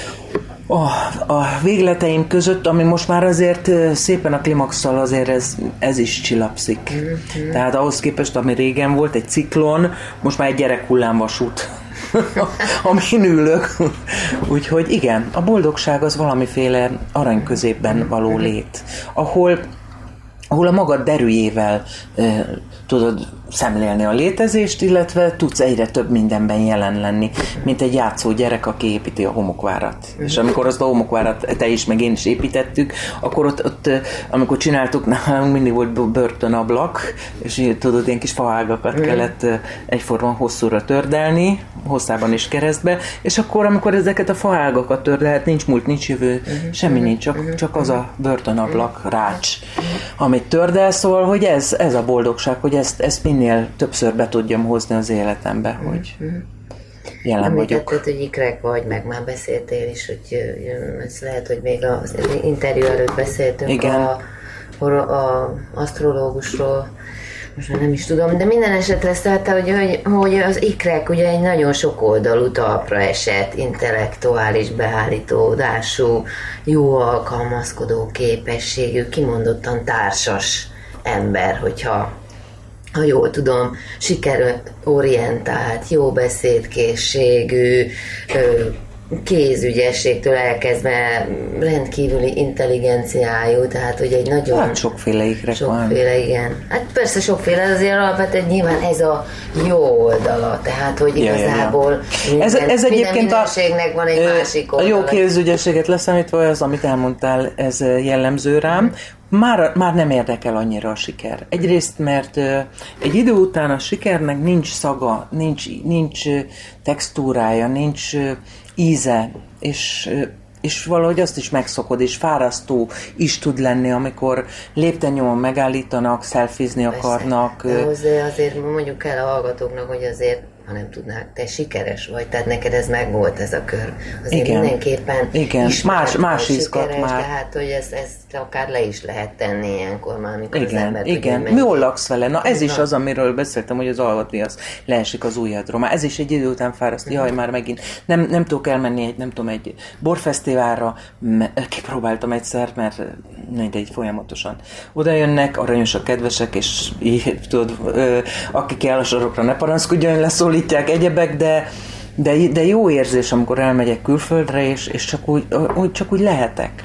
a végleteim között, ami most már azért szépen a klimaxszal azért ez is csillapszik. Tehát ahhoz képest, ami régen volt, egy ciklon, most már egy gyerekhullámvasút, amin ülök. Úgyhogy igen, a boldogság az valamiféle aranyközépben való lét, ahol a magad derűjével tudod szemlélni a létezést, illetve tudsz egyre több mindenben jelen lenni, mint egy játszó gyerek, aki építi a homokvárat. És amikor azt a homokvárat te is, meg én is építettük, akkor ott amikor csináltuk, nálunk mindig volt börtönablak, és tudod, ilyen kis faágakat kellett egyformán hosszúra tördelni, hosszában is keresztbe, és akkor, amikor ezeket a faágakat tördelt, nincs múlt, nincs jövő, semmi nincs, csak az a börtönablak, rács, amit tördel, szóval, hogy ez a boldogság, hogy ezt minél többször be tudjam hozni az életembe, hogy jelen vagyok. Említetted, hogy ikrek vagy, meg már beszéltél is, hogy ez lehet, hogy még az interjú előtt beszéltünk a asztrológusról, most már nem is tudom, de minden esetre szállt, hogy az ikrek ugye egy nagyon sokoldalú talpra esett, intellektuális beállítódású, jó alkalmazkodó képességű, kimondottan társas ember, hogyha jól tudom, sikerorientált, jó beszédkészségű, kézügyességtől elkezdve rendkívüli intelligenciájú, tehát hogy egy nagyon... Hát sokféle ikrek van. Sokféle, igen. Hát persze sokféle, azért alapvetően nyilván ez a jó oldala, tehát hogy igazából minden mindenségnek van egy másik oldala. A jó kézügyességet leszámítva, az, amit elmondtál, ez jellemző rám. Már nem érdekel annyira a siker. Egyrészt, mert egy idő után a sikernek nincs szaga, nincs textúrája, nincs íze, és valahogy azt is megszokod, és fárasztó is tud lenni, amikor lépten-nyomon megállítanak, szelfizni akarnak. De azért mondjuk el a hallgatóknak, hogy azért ha nem tudnák, te sikeres vagy, tehát neked ez megvolt ez a kör. Azért igen, mindenképpen más izgat sikeres, már. Tehát, hogy ezt akár le is lehet tenni ilyenkor már, amikor igen, az ember igen. Mi jól laksz vele? Na ez is az, amiről beszéltem, hogy az alvatviasz leesik az ujjadról. Már ez is egy idő után fáraszt, jaj, már megint nem tudok elmenni egy borfesztiválra, kipróbáltam egyszer, mert mindegy, folyamatosan oda jönnek, aranyosak, kedvesek, és így, tudod, akik el a sorokra ne panaszkodjon, leszólítják egyebek, de jó érzés, amikor elmegyek külföldre, és csak úgy lehetek.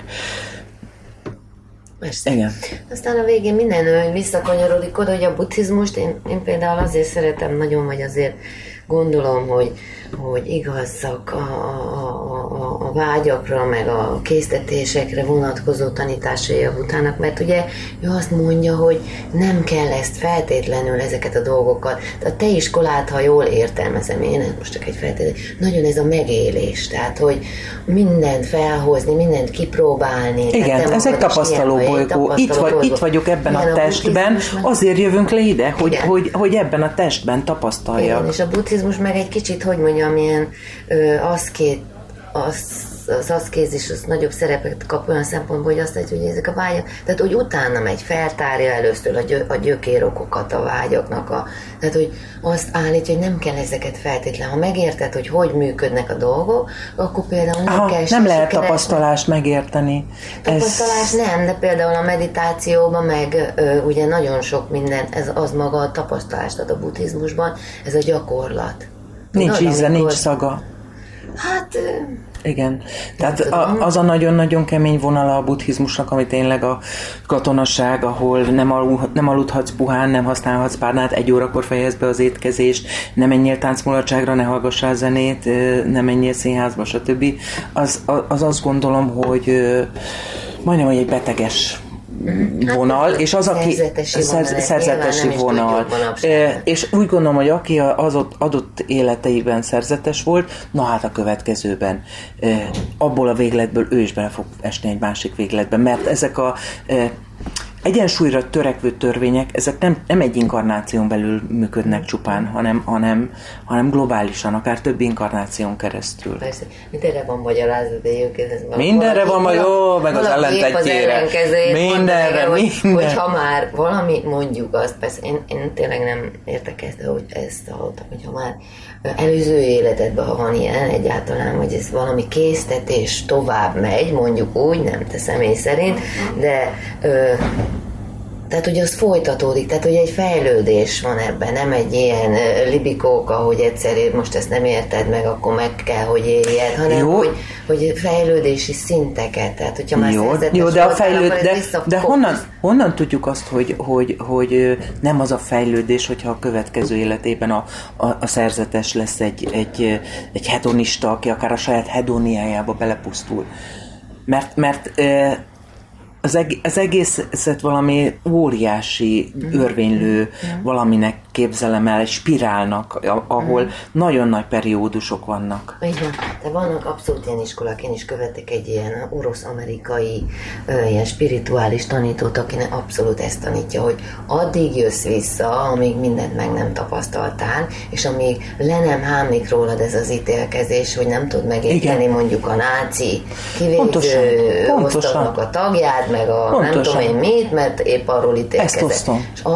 Persze. Igen. Aztán a végén minden visszakanyarodik oda, hogy a buddhizmust én például azért szeretem nagyon, vagy azért gondolom, hogy igazak a vágyakra, meg a késztetésekre vonatkozó tanításai a Buddhának, mert ugye ő azt mondja, hogy nem kell ezt feltétlenül, ezeket a dolgokat. A te iskolát, ha jól értelmezem én, most csak egy feltétlen, nagyon ez a megélés, tehát hogy mindent felhozni, igen, kipróbálni. Igen, ez egy tapasztaló bolygó. Itt vagyok ebben a testben, azért jövünk le ide, hogy ebben a testben tapasztaljak. Igen, és a buddhizmus meg egy kicsit, hogy mondjam, ilyen az aszkézis az nagyobb szerepet kap olyan szempontból, hogy azt mondja, hogy ezek a vágyak, tehát hogy utána megy, feltárja először a gyökérokokat a vágyaknak, tehát hogy azt állítja, hogy nem kell ezeket feltétlenül. Ha megérted, hogy működnek a dolgok, akkor például nem lehet tapasztalást megérteni. Tapasztalás nem, de például a meditációban meg ugye nagyon sok minden, ez az maga a tapasztalást ad a buddhizmusban, ez a gyakorlat. Nincs íze, nincs szaga. Hát... Igen. Tehát az a nagyon-nagyon kemény vonala a buddhizmusnak, ami tényleg a katonaság, ahol nem aludhatsz puhán, nem használhatsz párnát, 1 órakor fejezd be az étkezést, nem menjél táncmulatságra, ne hallgassál zenét, nem menjél színházba, stb. Az azt gondolom, hogy majdnem, hogy egy beteges vonal, és az, aki szerzetesi vonal. És úgy gondolom, hogy aki az adott életeiben szerzetes volt, na hát a következőben abból a végletből ő is bele fog esni egy másik végletbe, mert ezek a egyensúlyra törekvő törvények, ezek nem egy inkarnáción belül működnek csupán, hanem globálisan, akár több inkarnáción keresztül. Persze, mindenre van magyarázat, de egyébként mindenre van, jó, meg az ellentetjére. Mindenre. Hogy ha már valami, mondjuk azt, persze én tényleg nem értek ezt, de hogy ezt hallottam, hogy ha már előző életedben, ha van ilyen egyáltalán, hogy ez valami késztetés tovább megy, mondjuk úgy, nem te személy szerint, de tehát, hogy az folytatódik, tehát, hogy egy fejlődés van ebben, nem egy ilyen libikóka, hogy egyszer most ezt nem érted meg, akkor meg kell, hogy érjed, hanem hogy fejlődési szinteket, tehát, hogyha már jó, de honnan tudjuk azt, hogy nem az a fejlődés, hogyha a következő életében a szerzetes lesz egy hedonista, aki akár a saját hedoniájába belepusztul. Mert az egészet valami óriási, örvénylő valaminek képzelem el, egy spirálnak, ahol nagyon nagy periódusok vannak. Így van, de vannak abszolút ilyen iskolák, én is követek egy ilyen orosz-amerikai ilyen spirituális tanítót, akinek abszolút ezt tanítja, hogy addig jössz vissza, amíg mindent meg nem tapasztaltál, és amíg le nem hámlik rólad ez az ítélkezés, hogy nem tud megérteni mondjuk a náci kivégző osztatnak a tagját, meg a nem tudom én mit, mert épp arról ítélkezett.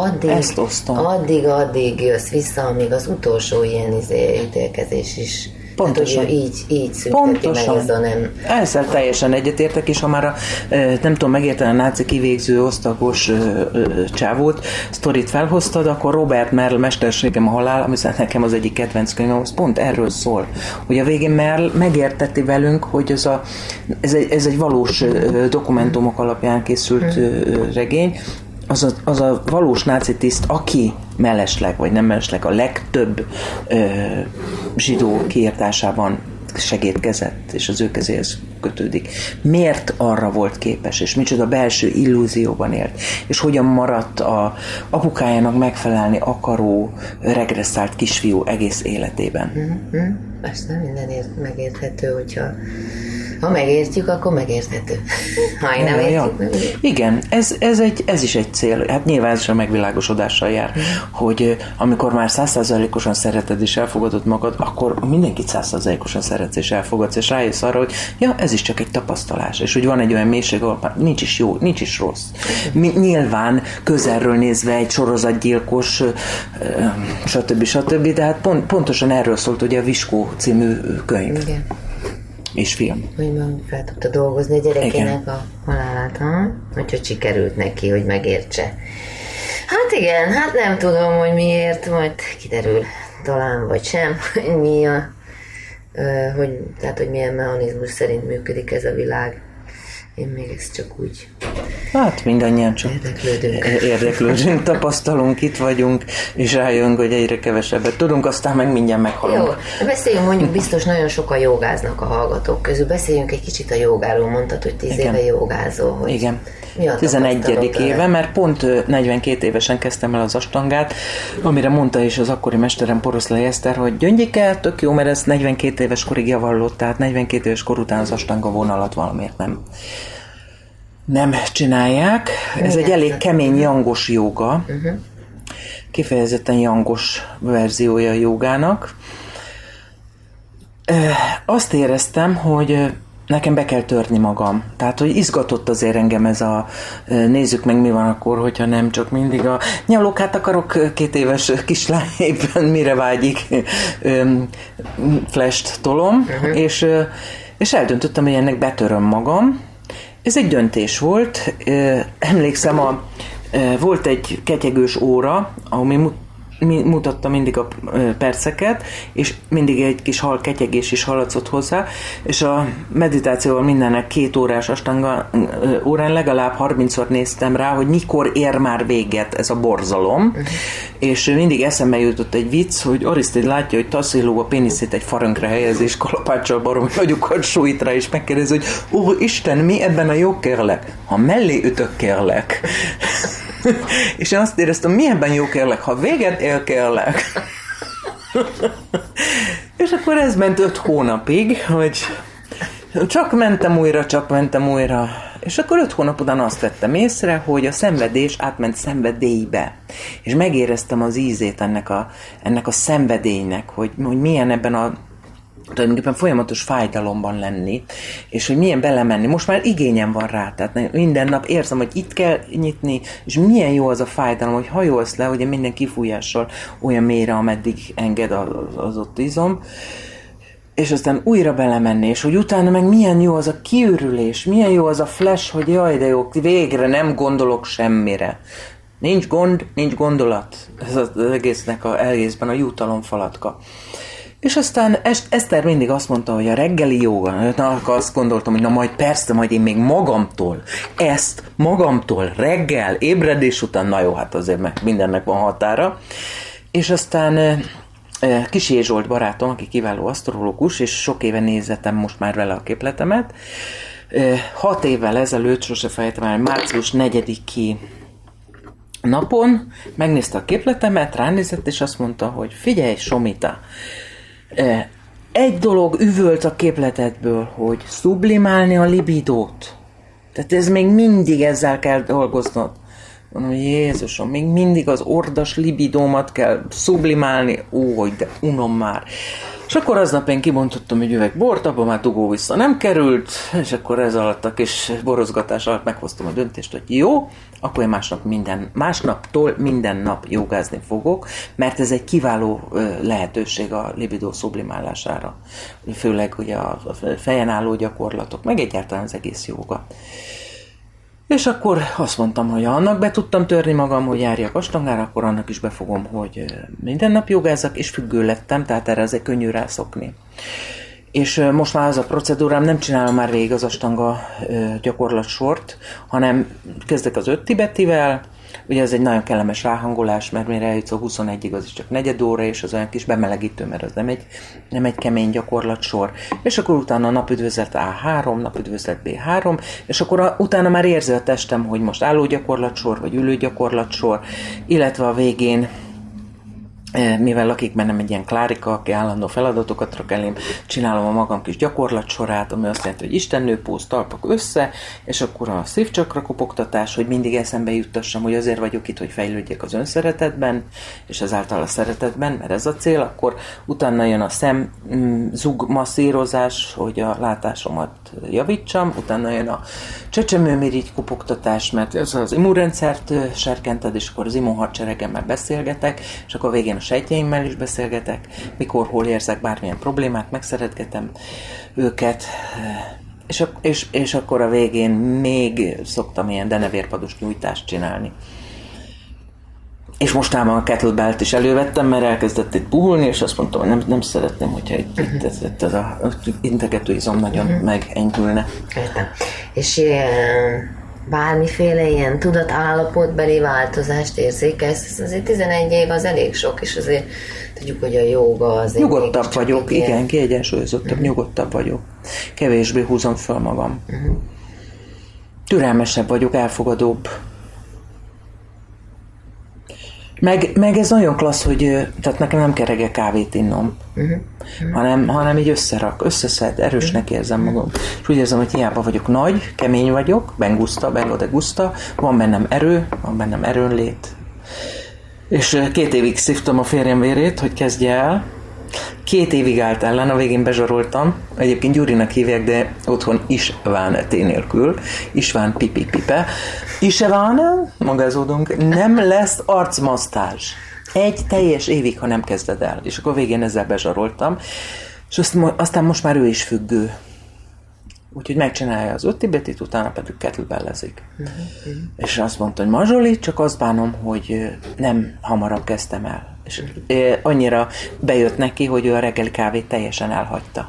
És addig jössz vissza, amíg az utolsó ilyen ítélkezés is Pontosan. Hát, így szünteti meg ez a nem... Ezzel teljesen egyetértek, és ha már nem tudom, megérteni a náci kivégző osztagos csávót, sztorit felhoztad, akkor Robert Merle Mesterségem a halál, ami nekem az egyik kedvenc könyvem, az pont erről szól. Hogy a végén Merle megérteti velünk, hogy ez egy valós dokumentumok alapján készült regény, az a valós náci tiszt, aki mellesleg, vagy nem mellesleg a legtöbb zsidó kiirtásában segédkezett, és az ő kezéhez kötődik. Miért arra volt képes, és micsoda belső illúzióban élt, és hogyan maradt a apukájának megfelelni akaró, regresszált kisfiú egész életében. Persze mindenért megérthető, hogyha ha megértjük, akkor megérthető. Ha nem értjük, nem értjük. Igen, ez is egy cél. Hát nyilván ez is a megvilágosodással jár, hogy amikor már 100%-osan szereted és elfogadod magad, akkor mindenkit 100%-osan szeretsz és elfogadsz, és rájössz arra, hogy ja, ez is csak egy tapasztalás, és hogy van egy olyan mélység, ahol már nincs is jó, nincs is rossz. Nyilván közelről nézve egy sorozatgyilkos, stb. De hát pontosan erről szólt ugye a Viskó című könyv. Igen. És film. Hogy fel tudta dolgozni a gyerekének a halálát, hogyha sikerült neki, hogy megértse. Hát igen, hát nem tudom, hogy miért, majd kiderül talán, vagy sem, hogy mi hogy milyen mechanizmus szerint működik ez a világ. Én még ezt csak úgy... Hát mindannyian csak érdeklődünk, tapasztalunk, itt vagyunk, és rájönk, hogy egyre kevesebbet tudunk, aztán meg mindjárt meghalunk. Jó, beszéljünk, mondjuk biztos nagyon sokan jogáznak a hallgatók közül. Beszéljünk egy kicsit a jogáról, mondtad, hogy 10 éve jogázol. Hogy igen. 11. éve, mert pont 42 évesen kezdtem el az astangát, amire mondta is az akkori mesterem Poroszlai Eszter, hogy Gyöngyike, tök jó, mert ezt 42 éves korig javallott, tehát 42 éves kor után az astanga vonalat valamiért nem csinálják. Ez egy elég kemény jangos jóga, kifejezetten jangos verziója a jogának. Azt éreztem, hogy nekem be kell törni magam. Tehát, hogy izgatott azért engem ez a nézzük meg, mi van akkor, hogyha nem csak mindig a nyalókát akarok 2 éves kislány éppen mire vágyik flash-t tolom, és eldöntöttem, hogy ennek betöröm magam. Ez egy döntés volt. Emlékszem, volt egy ketyegős óra, ami mutatta mindig a perceket, és mindig egy kis hal ketyegés is hallatszott hozzá, és a meditációval mindennek 2 órás astanga órán legalább 30-szor néztem rá, hogy mikor ér már véget ez a borzalom, és mindig eszembe jutott egy vicc, hogy Arisztid látja, hogy Tassilo a péniszét egy farönkre helyez, és kalapáccsal baromi nagyokat sújt rá, és megkérdezi, hogy ó, Isten, mi ebben a jó kérlek? Ha mellé ütök kérlek. És én azt éreztem, mi ebben jó kérlek, ha véget él kérlek. És akkor ez ment 5 hónapig, hogy csak mentem újra, és akkor 5 hónap után azt vettem észre, hogy a szenvedés átment szenvedélybe. És megéreztem az ízét ennek a szenvedélynek, hogy milyen ebben a tulajdonképpen folyamatos fájdalomban lenni, és hogy milyen belemenni. Most már igényem van rá, tehát minden nap érzem, hogy itt kell nyitni, és milyen jó az a fájdalom, hogy hajolsz le, ugye minden kifújással olyan mélyre, ameddig enged az ott izom, és aztán újra belemenni, és hogy utána meg milyen jó az a kiürülés, milyen jó az a flash, hogy jaj, de jó, végre nem gondolok semmire. Nincs gond, nincs gondolat. Ez az egészben a jutalomfalatka. És aztán Eszter mindig azt mondta, hogy a reggeli jóga, azt gondoltam, hogy na majd persze, majd én még magamtól reggel, ébredés után, na jó, hát azért meg mindennek van határa. És aztán Kissé Zsolt barátom, aki kiváló asztrológus, és sok éve nézetem most már vele a képletemet, 6 évvel ezelőtt, sose fejtem el, március 4-i napon megnézte a képletemet, ránézett, és azt mondta, hogy figyelj, Somita, egy dolog üvölt a képletedből, hogy sublimálni a libidót. Tehát ez még mindig ezzel kell dolgoznod. Mondom, Jézusom, még mindig az ordas libidómat kell sublimálni. Ó, hogy de unom már. És akkor aznap én kibontottam egy üveg bort, abban már dugó vissza nem került, és akkor ez alatt a kis borozgatás alatt meghoztam a döntést, hogy jó, akkor én másnaptól minden nap jogázni fogok, mert ez egy kiváló lehetőség a libidó sublimálására. Főleg ugye a fejen álló gyakorlatok, meg egyáltalán az egész jóga. És akkor azt mondtam, hogy annak be tudtam törni magam, hogy járjak astangára, akkor annak is befogom, hogy minden nap jogázzak, és függő lettem, tehát erre azért könnyű rászokni. És most már az a procedúrám, nem csinálom már végig az astanga gyakorlatsort, hanem kezdek az 5 tibetivel, ugye ez egy nagyon kellemes ráhangolás, mert mire eljutsz a 21-ig, az is csak negyed óra, és az olyan kis bemelegítő, mert az nem egy kemény gyakorlatsor. És akkor utána napüdvözlet A3, napüdvözlet B3, és akkor utána már érzi a testem, hogy most álló gyakorlatsor, vagy ülő gyakorlatsor, illetve a végén, mivel lakik bennem egy ilyen klárika, aki állandó feladatokat rak elém, csinálom a magam kis gyakorlatsorát, ami azt jelenti, hogy istennőpóz, talpak össze, és akkor a szívcsakra kopogtatás, hogy mindig eszembe juttassam, hogy azért vagyok itt, hogy fejlődjek az önszeretetben, és ezáltal a szeretetben, mert ez a cél, akkor utána jön a szemzug masszírozás, hogy a látásomat javítsam, utána jön a csecsemőmirigy kopogtatás, mert ez az immunrendszert serkented, és akkor az immunhadseregemmel beszélgetek, és akkor végén a sejtjeimmel is beszélgetek, mikor, hol érzek bármilyen problémát, megszeretgetem őket, és akkor a végén még szoktam ilyen denevérpados nyújtást csinálni. És mostában a kettlebelt is elővettem, mert elkezdett itt puhulni, és azt mondtam, hogy nem szeretném, hogyha itt ez a integető izom nagyon megenyhülne. Értem. És bármiféle ilyen tudatállapotbeli változást érzékelsz, ez azért 11 év az elég sok, és azért tudjuk, hogy a jóga azért nyugodtabb vagyok, igen, kiegyensúlyozottabb, nyugodtabb vagyok. Kevésbé húzom föl magam. Türelmesebb vagyok, elfogadóbb. Meg ez nagyon klassz, hogy tehát nekem nem kell reggel kávét innom, hanem így összeszed, erősnek érzem magam. És úgy érzem, hogy hiába vagyok nagy, kemény vagyok, bengo de gusta, van bennem erő, van bennem erőnlét. És 2 évig szívtam a férjem vérét, hogy kezdje el. 2 évig állt ellen, a végén bezsaroltam. Egyébként Gyurinak hívják, de otthon István T nélkül. István pipi-pipe. István, magázódunk, nem lesz arcmasztázs. 1 teljes évig, ha nem kezded el. És akkor végén ezzel bezsaroltam. És aztán most már ő is függő. Úgyhogy megcsinálja az 5 tibetit, utána pedig kettlebellezik. És azt mondta, hogy Mazsoli, csak azt bánom, hogy nem hamarabb kezdtem el. És annyira bejött neki, hogy ő a reggeli kávét teljesen elhagyta.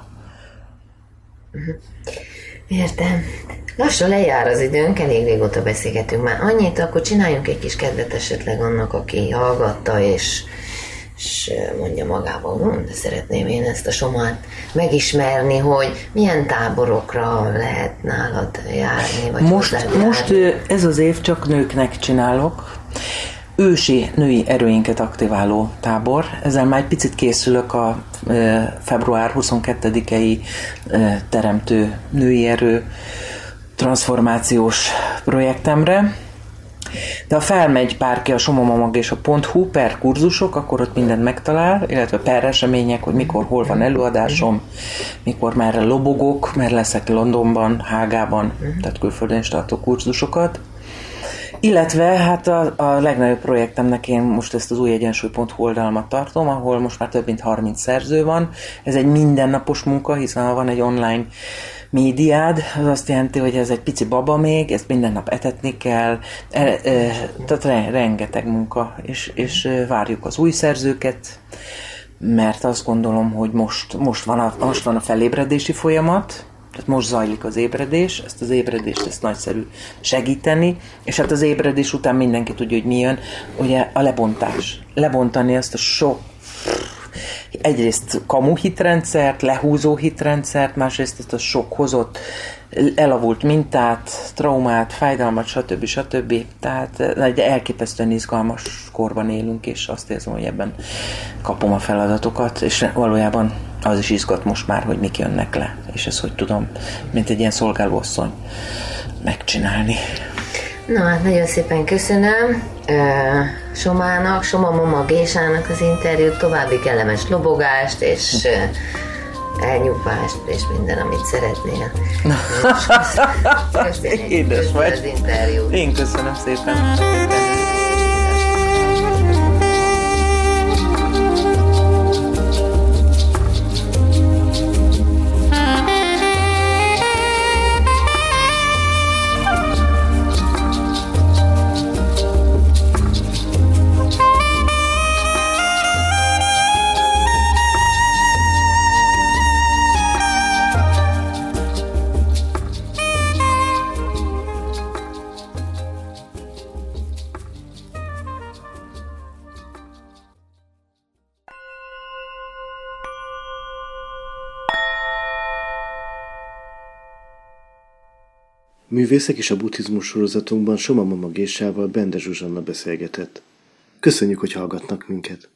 Értem. Lassan lejár az időnk, elég régóta beszélgetünk már. Annyit, akkor csináljunk egy kis kedvet esetleg annak, aki hallgatta, és mondja magában, de szeretném én ezt a Somát megismerni, hogy milyen táborokra lehet nálad járni, vagy most ez az év csak nőknek csinálok. Ősi női erőinket aktiváló tábor. Ezzel már egy picit készülök a február 22-i teremtő női erő transformációs projektemre. De ha felmegy bárki a somamamag és a .hu per kurzusok, akkor ott mindent megtalál, illetve per események, hogy mikor, hol van előadásom, mikor merre lobogok, mert leszek Londonban, Hágában, tehát külföldön is tartok kurzusokat. Illetve hát a legnagyobb projektemnek én most ezt az újegyensúly.hu oldalamat tartom, ahol most már több mint 30 szerző van. Ez egy mindennapos munka, hiszen ha van egy online médiád, az azt jelenti, hogy ez egy pici baba még, ezt minden nap etetni kell, tehát rengeteg munka, és várjuk az új szerzőket, mert azt gondolom, hogy most van a felébredési folyamat, tehát most zajlik az ébredés, ezt az ébredést ezt nagyszerű segíteni, és hát az ébredés után mindenki tudja, hogy mi jön, ugye a lebontás. Lebontani ezt a sok egyrészt kamu hitrendszert, lehúzó hitrendszert, másrészt ezt a sok hozott elavult mintát, traumát, fájdalmat, stb. Tehát egy elképesztően izgalmas korban élünk, és azt érzem, hogy ebben kapom a feladatokat, és valójában az is izgat most már, hogy mik jönnek le, és ezt hogy tudom, mint egy ilyen szolgálóasszony megcsinálni. Na hát nagyon szépen köszönöm Somának, Soma Mama Gésának az interjút, további kellemes lobogást és elnyugvást és minden, amit szeretnél. Köszönjük. Édes vagy. Az interjút. Én köszönöm szépen. Művészek és a buddhizmus sorozatunkban Soma Mama Gésával Bende Zsuzsanna beszélgetett. Köszönjük, hogy hallgatnak minket!